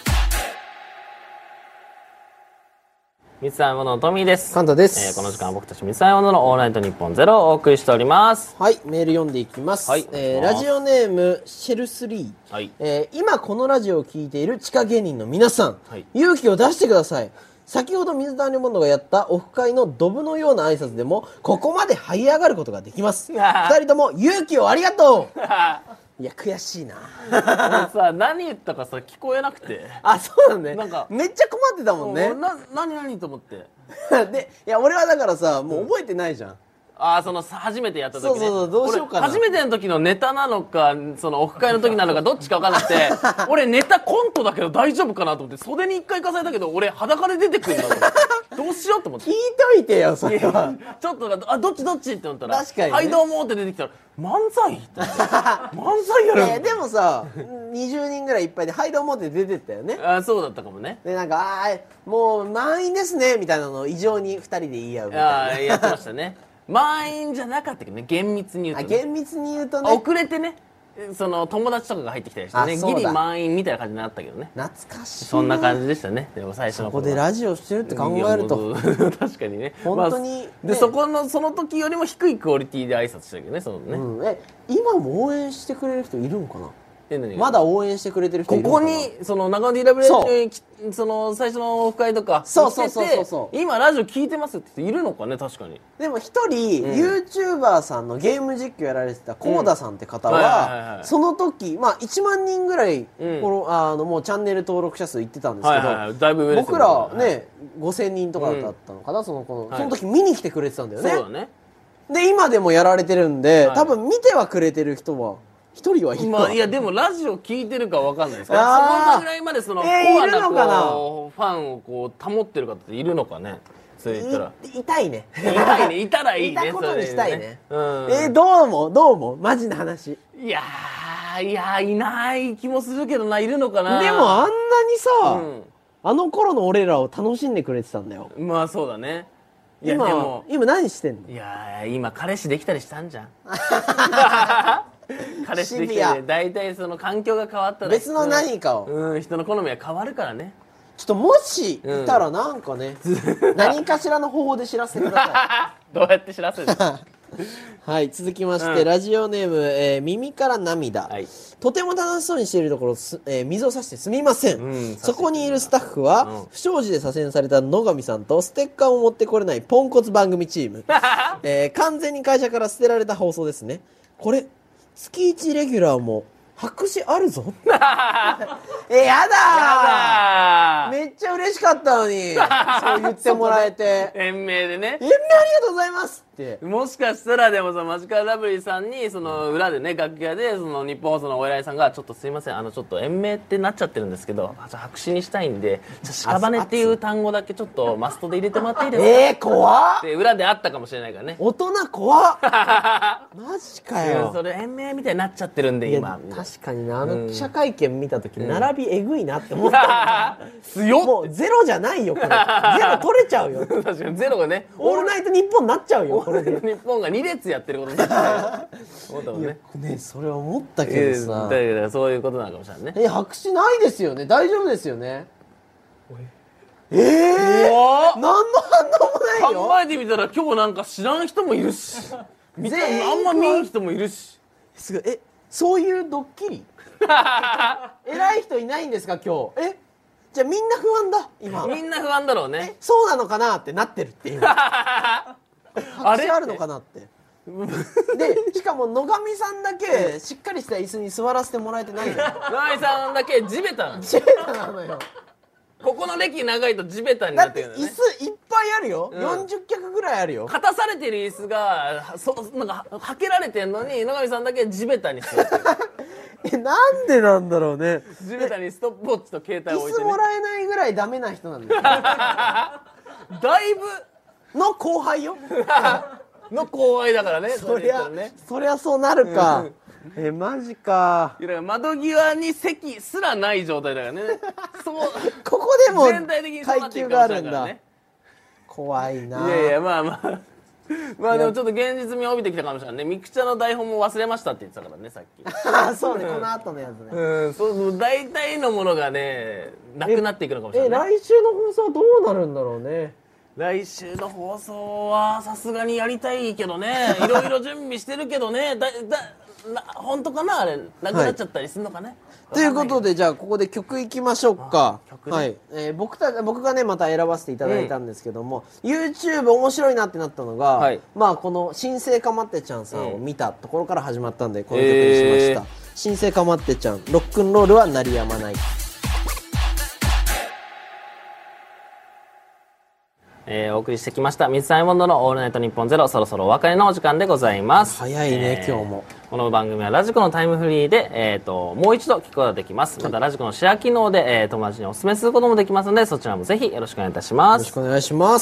三つ編み物のトミーです。 カンタです、 この時間は僕たち三つ編み物のオールナイトニッポンゼロをお送りしております。 はい、メール読んでいきます、はい、ラジオネームシェル3、はい、今このラジオを聞いている地下芸人の皆さん、はい、勇気を出してください。先ほど水溜りボンドがやったオフ会のドブのような挨拶でもここまで這い上がることができます。2人とも勇気をありがとういや悔しいな俺さ何言ったかさ聞こえなくて。 あ、そうなんね。 なんかめっちゃ困ってたもんね。 何と思ってでいや俺はだからさもう覚えてないじゃん、 その初めてやった時ね。 そうどうしようかな。 初めての時のネタなのか、そのオフ会の時なのかどっちか分かんなくて、俺ネタコントだけど大丈夫かなと思って、袖に一回重ねたけど、俺裸で出てくるんだと思って。どうしようって思って。 聞いといてよ、それは。 ちょっと、どっちって思ったら、 確かにね、 はいどうもって出てきたら、漫才って漫才やるでもさ、20人ぐらいいっぱいで、はいどうもって出てったよね。 そうだったかもね。 で、なんか、もう満員ですね、みたいなのを異常に2人で言い合うみたいな。 やってましたね。満員じゃなかったけどね、厳密に言うと、ね。 厳密に言うとね。 遅れてね、その友達とかが入ってきたりしてね、ギリ満員みたいな感じになったけどね。 懐かしい。 そんな感じでしたね。でも最初のここでラジオしてるって考えると。 確かにね。 本当に、 で、その時よりも低いクオリティで挨拶したけどね、そのね。 今も応援してくれる人いるんかな。 何まだ応援してくれてる人いるのかな。 ここにその中野 DW にその最初のオフ会とかそう今ラジオ聞いてますって人いるのかね。確かに。でも一人、YouTuber さんのゲーム実況やられてたコーダさんって方はその時1万人ぐらいもうチャンネル登録者数いってたんですけど、 だいぶ上ですよね。 僕らね5000人とかだったのかな、その時見に来てくれてたんだよね。 そうだね。 で今でもやられてるんで、多分見てはくれてる人は一人はいるか。 いやでもラジオ聞いてるかわかんないですからそのぐらいまでそのコアなファンをこう保ってる方っているのかね。そう言ったらいたいね。 いたらいいね。 いたことにしたいね。どうもマジな話。 いやいない気もするけどな。いるのかな。 でもあんなにさ、あの頃の俺らを楽しんでくれてたんだよ。 まあそうだね。 今何してんの。 いや今彼氏できたりしたんじゃん。彼氏できてね、大体その環境が変わったら別の何かを、 人の好みは変わるからね。 ちょっともしいたらなんかね、何かしらの方法で知らせてください。どうやって知らせるの。 はい、続きまして、ラジオネーム、耳から涙、とても楽しそうにしているところ、水を差してすみません、そこにいるスタッフは、不祥事で左遷された野上さんとステッカーを持ってこれないポンコツ番組チーム、完全に会社から捨てられた放送ですね。これ月1レギュラーも白紙あるぞ。やだめっちゃ嬉しかったのに、そう言ってもらえて。 延命でね。 延命ありがとうございますって。 もしかしたらでもマジカルラブリーさんにその裏でね、楽屋でその日本放送のお偉いさんがちょっとすいません、ちょっと延命ってなっちゃってるんですけど、白紙にしたいんで、屍っていう単語だけちょっとマストで入れてもらっていいですか。 怖っ。 って裏であったかもしれないからね。 大人怖っ。マジかよ。 それ延命みたいになっちゃってるんで今。 確かにな、記者会見見た時並びえぐいなって思った。 強っ。 もうゼロじゃないよこれ。ゼロ取れちゃうよ。 確かにゼロがね。 オールナイトニッポンになっちゃうよこれで。 日本が2列やってることになっちゃう。思ったもんね。 それ思ったけどさ。 だからそういうことなのかもしれないね。 白紙ないですよね。大丈夫ですよね。何の反応もないよ。 考えてみたら今日なんか知らん人もいるし、あんま見ん人もいるし。 すごい。そういうドッキリ偉い人いないんですか今日。じゃあみんな不安だ今。 みんな不安だろうね。 そうなのかなってなってるっていう。あれあるのかなって。でしかも野上さんだけしっかりした椅子に座らせてもらえてないの。野上さんだけ地べたなの。 地べたなのよ。 ここの歴長いと地べたになってるんだね。 だって椅子いっぱいあるよ。40脚ぐらいあるよ。 勝たされてる椅子がなんかはけられてんのに野上さんだけ地べたに座ってる。 なんでなんだろうね。 地べたにストップウォッチと携帯を置いて、 椅子もらえないぐらいダメな人なんですよ。 だいぶの後輩よ。 の後輩だからね。 そりゃそうなるか。マジか。 いや窓際に席すらない状態だからね。 ここでも全体的に階級があるんだ。怖いな。 いやまあでもちょっと現実味を帯びてきたかもしれないね。ミクチャの台本も忘れましたって言ってたからねさっき。 そうね、この後のやつね。 そう大体のものがねなくなっていくのかもしれない。 来週の放送はどうなるんだろうね。 来週の放送はさすがにやりたいけどね。いろいろ準備してるけどね。本当かなあれなくなっちゃったりするのかね。 ということでじゃあここで曲いきましょうか。はい。僕がねまた選ばせていただいたんですけども、YouTube 面白いなってなったのが、この新生かまってちゃんさんを見たところから始まったんでこの曲にしました。新生かまってちゃん、ロックンロールは鳴りやまない。 お送りしてきました水溜りボンドのオールナイトニッポンゼロ、そろそろお別れのお時間でございます。 早いね、今日も。 この番組はラジコのタイムフリーで、もう一度聞くことができます。またラジコのシェア機能で、友達にお勧めすることもできますので、そちらもぜひよろしくお願いいたします。 よろしくお願いします。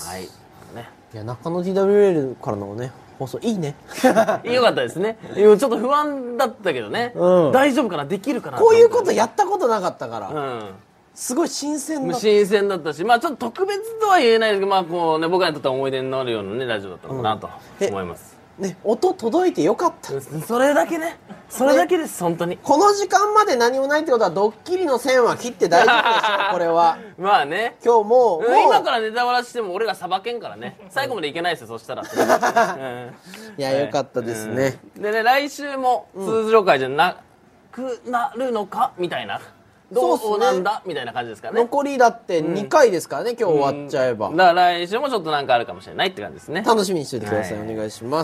はい。ね。 いや、中野 TWL からのね、放送いいね。 よかったですね。ちょっと不安だったけどね。大丈夫かな、できるかな。 こういうことやったことなかったから。 うんすごい新鮮だった。 新鮮だったし、まあちょっと特別とは言えないですけど、まあこうね、僕らにとっては思い出になるようなね、ラジオだったのかなと思います。 ね、音届いてよかった。 それだけね。それだけです、本当に。 この時間まで何もないってことは、ドッキリの線は切って大丈夫でしょ、これは。 まあね。 今日も今からネタバラしても俺らさばけんからね。最後までいけないですよ、そしたら。 いや、よかったですね。 でね、来週も通常回じゃなくなるのかみたいな。どうなんだみたいな感じですからね。 残りだって2回ですからね、今日終わっちゃえば。 だから来週もちょっとなんかあるかもしれないって感じですね。 楽しみにしておいてください。お願いします。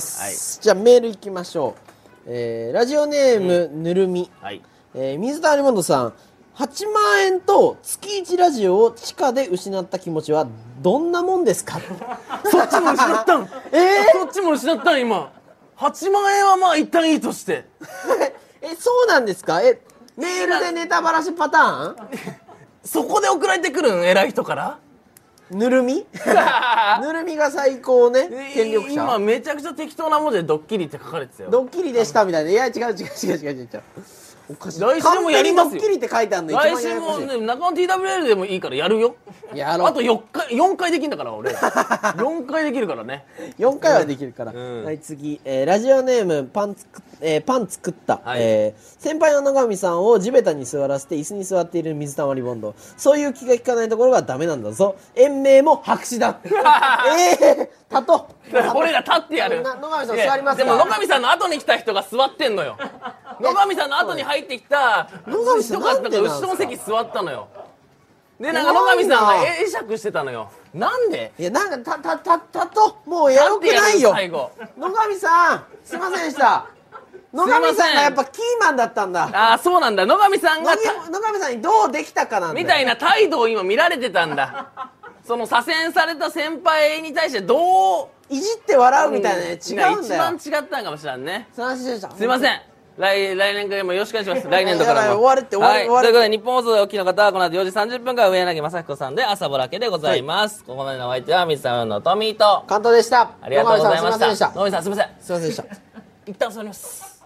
じゃあメールいきましょう。ラジオネーム、ぬるみ。水溜りボンドさん。8万円と月1ラジオを地下で失った気持ちはどんなもんですか？ そっちも失ったんそっちも失ったん今。8万円はまあ一旦いいとして。 そうなんですか？メールでネタバラシパターンそこで送られてくるん偉い人からぬるみぬるみが最高ね、権力者。 今めちゃくちゃ適当な文字でドッキリって書かれてたよ。 ドッキリでしたみたいな。いや、違う。おかしい。来週もやりますよ。ドッキリって書いてあるの一番ややこしい。 来週も、ね、中野 TWL でもいいからやるよ。 やろう。 あと4回できんだから俺。4回できるからね。 4回はできるから。はい、次。ラジオネーム、パン作った。先輩の野上さんを地べたに座らせて椅子に座っている水溜りボンド。そういう気が利かないところがダメなんだぞ。延命も白紙だ。立とう。 俺ら立ってやる。 野上さん座りますか？ でも野上さんの後に来た人が座ってんのよ。野上さんの後に入ってきた人が後ろの席座ったのよ。で、なんか野上さんが会釈してたのよ。なんで？ いや、なんか、立とう。もうやろくないよ。 最後。 野上さん、すいませんでした。野上さんがやっぱキーマンだったんだ。 ああ、そうなんだ。野上さんが野上さんにどうできたかなんだ。 みたいな態度を今見られてたんだ。その左遷された先輩に対してどういじって笑うみたいなね、違うんだよ。 一番違ったんかもしれんね。 すいません。来年からもよろしくお願いします。来年度からも。 終わるって終わる。 ということで、日本放送でお聞きの方は、この後4時30分から上柳正彦さんで朝ぼらけでございます。ここまでのお相手は、水溜りのトミーと、 関東でした。 ありがとうございました。 野上さんすいませんでした。 野上さんすいません。 すいませんでした。 一旦座ります。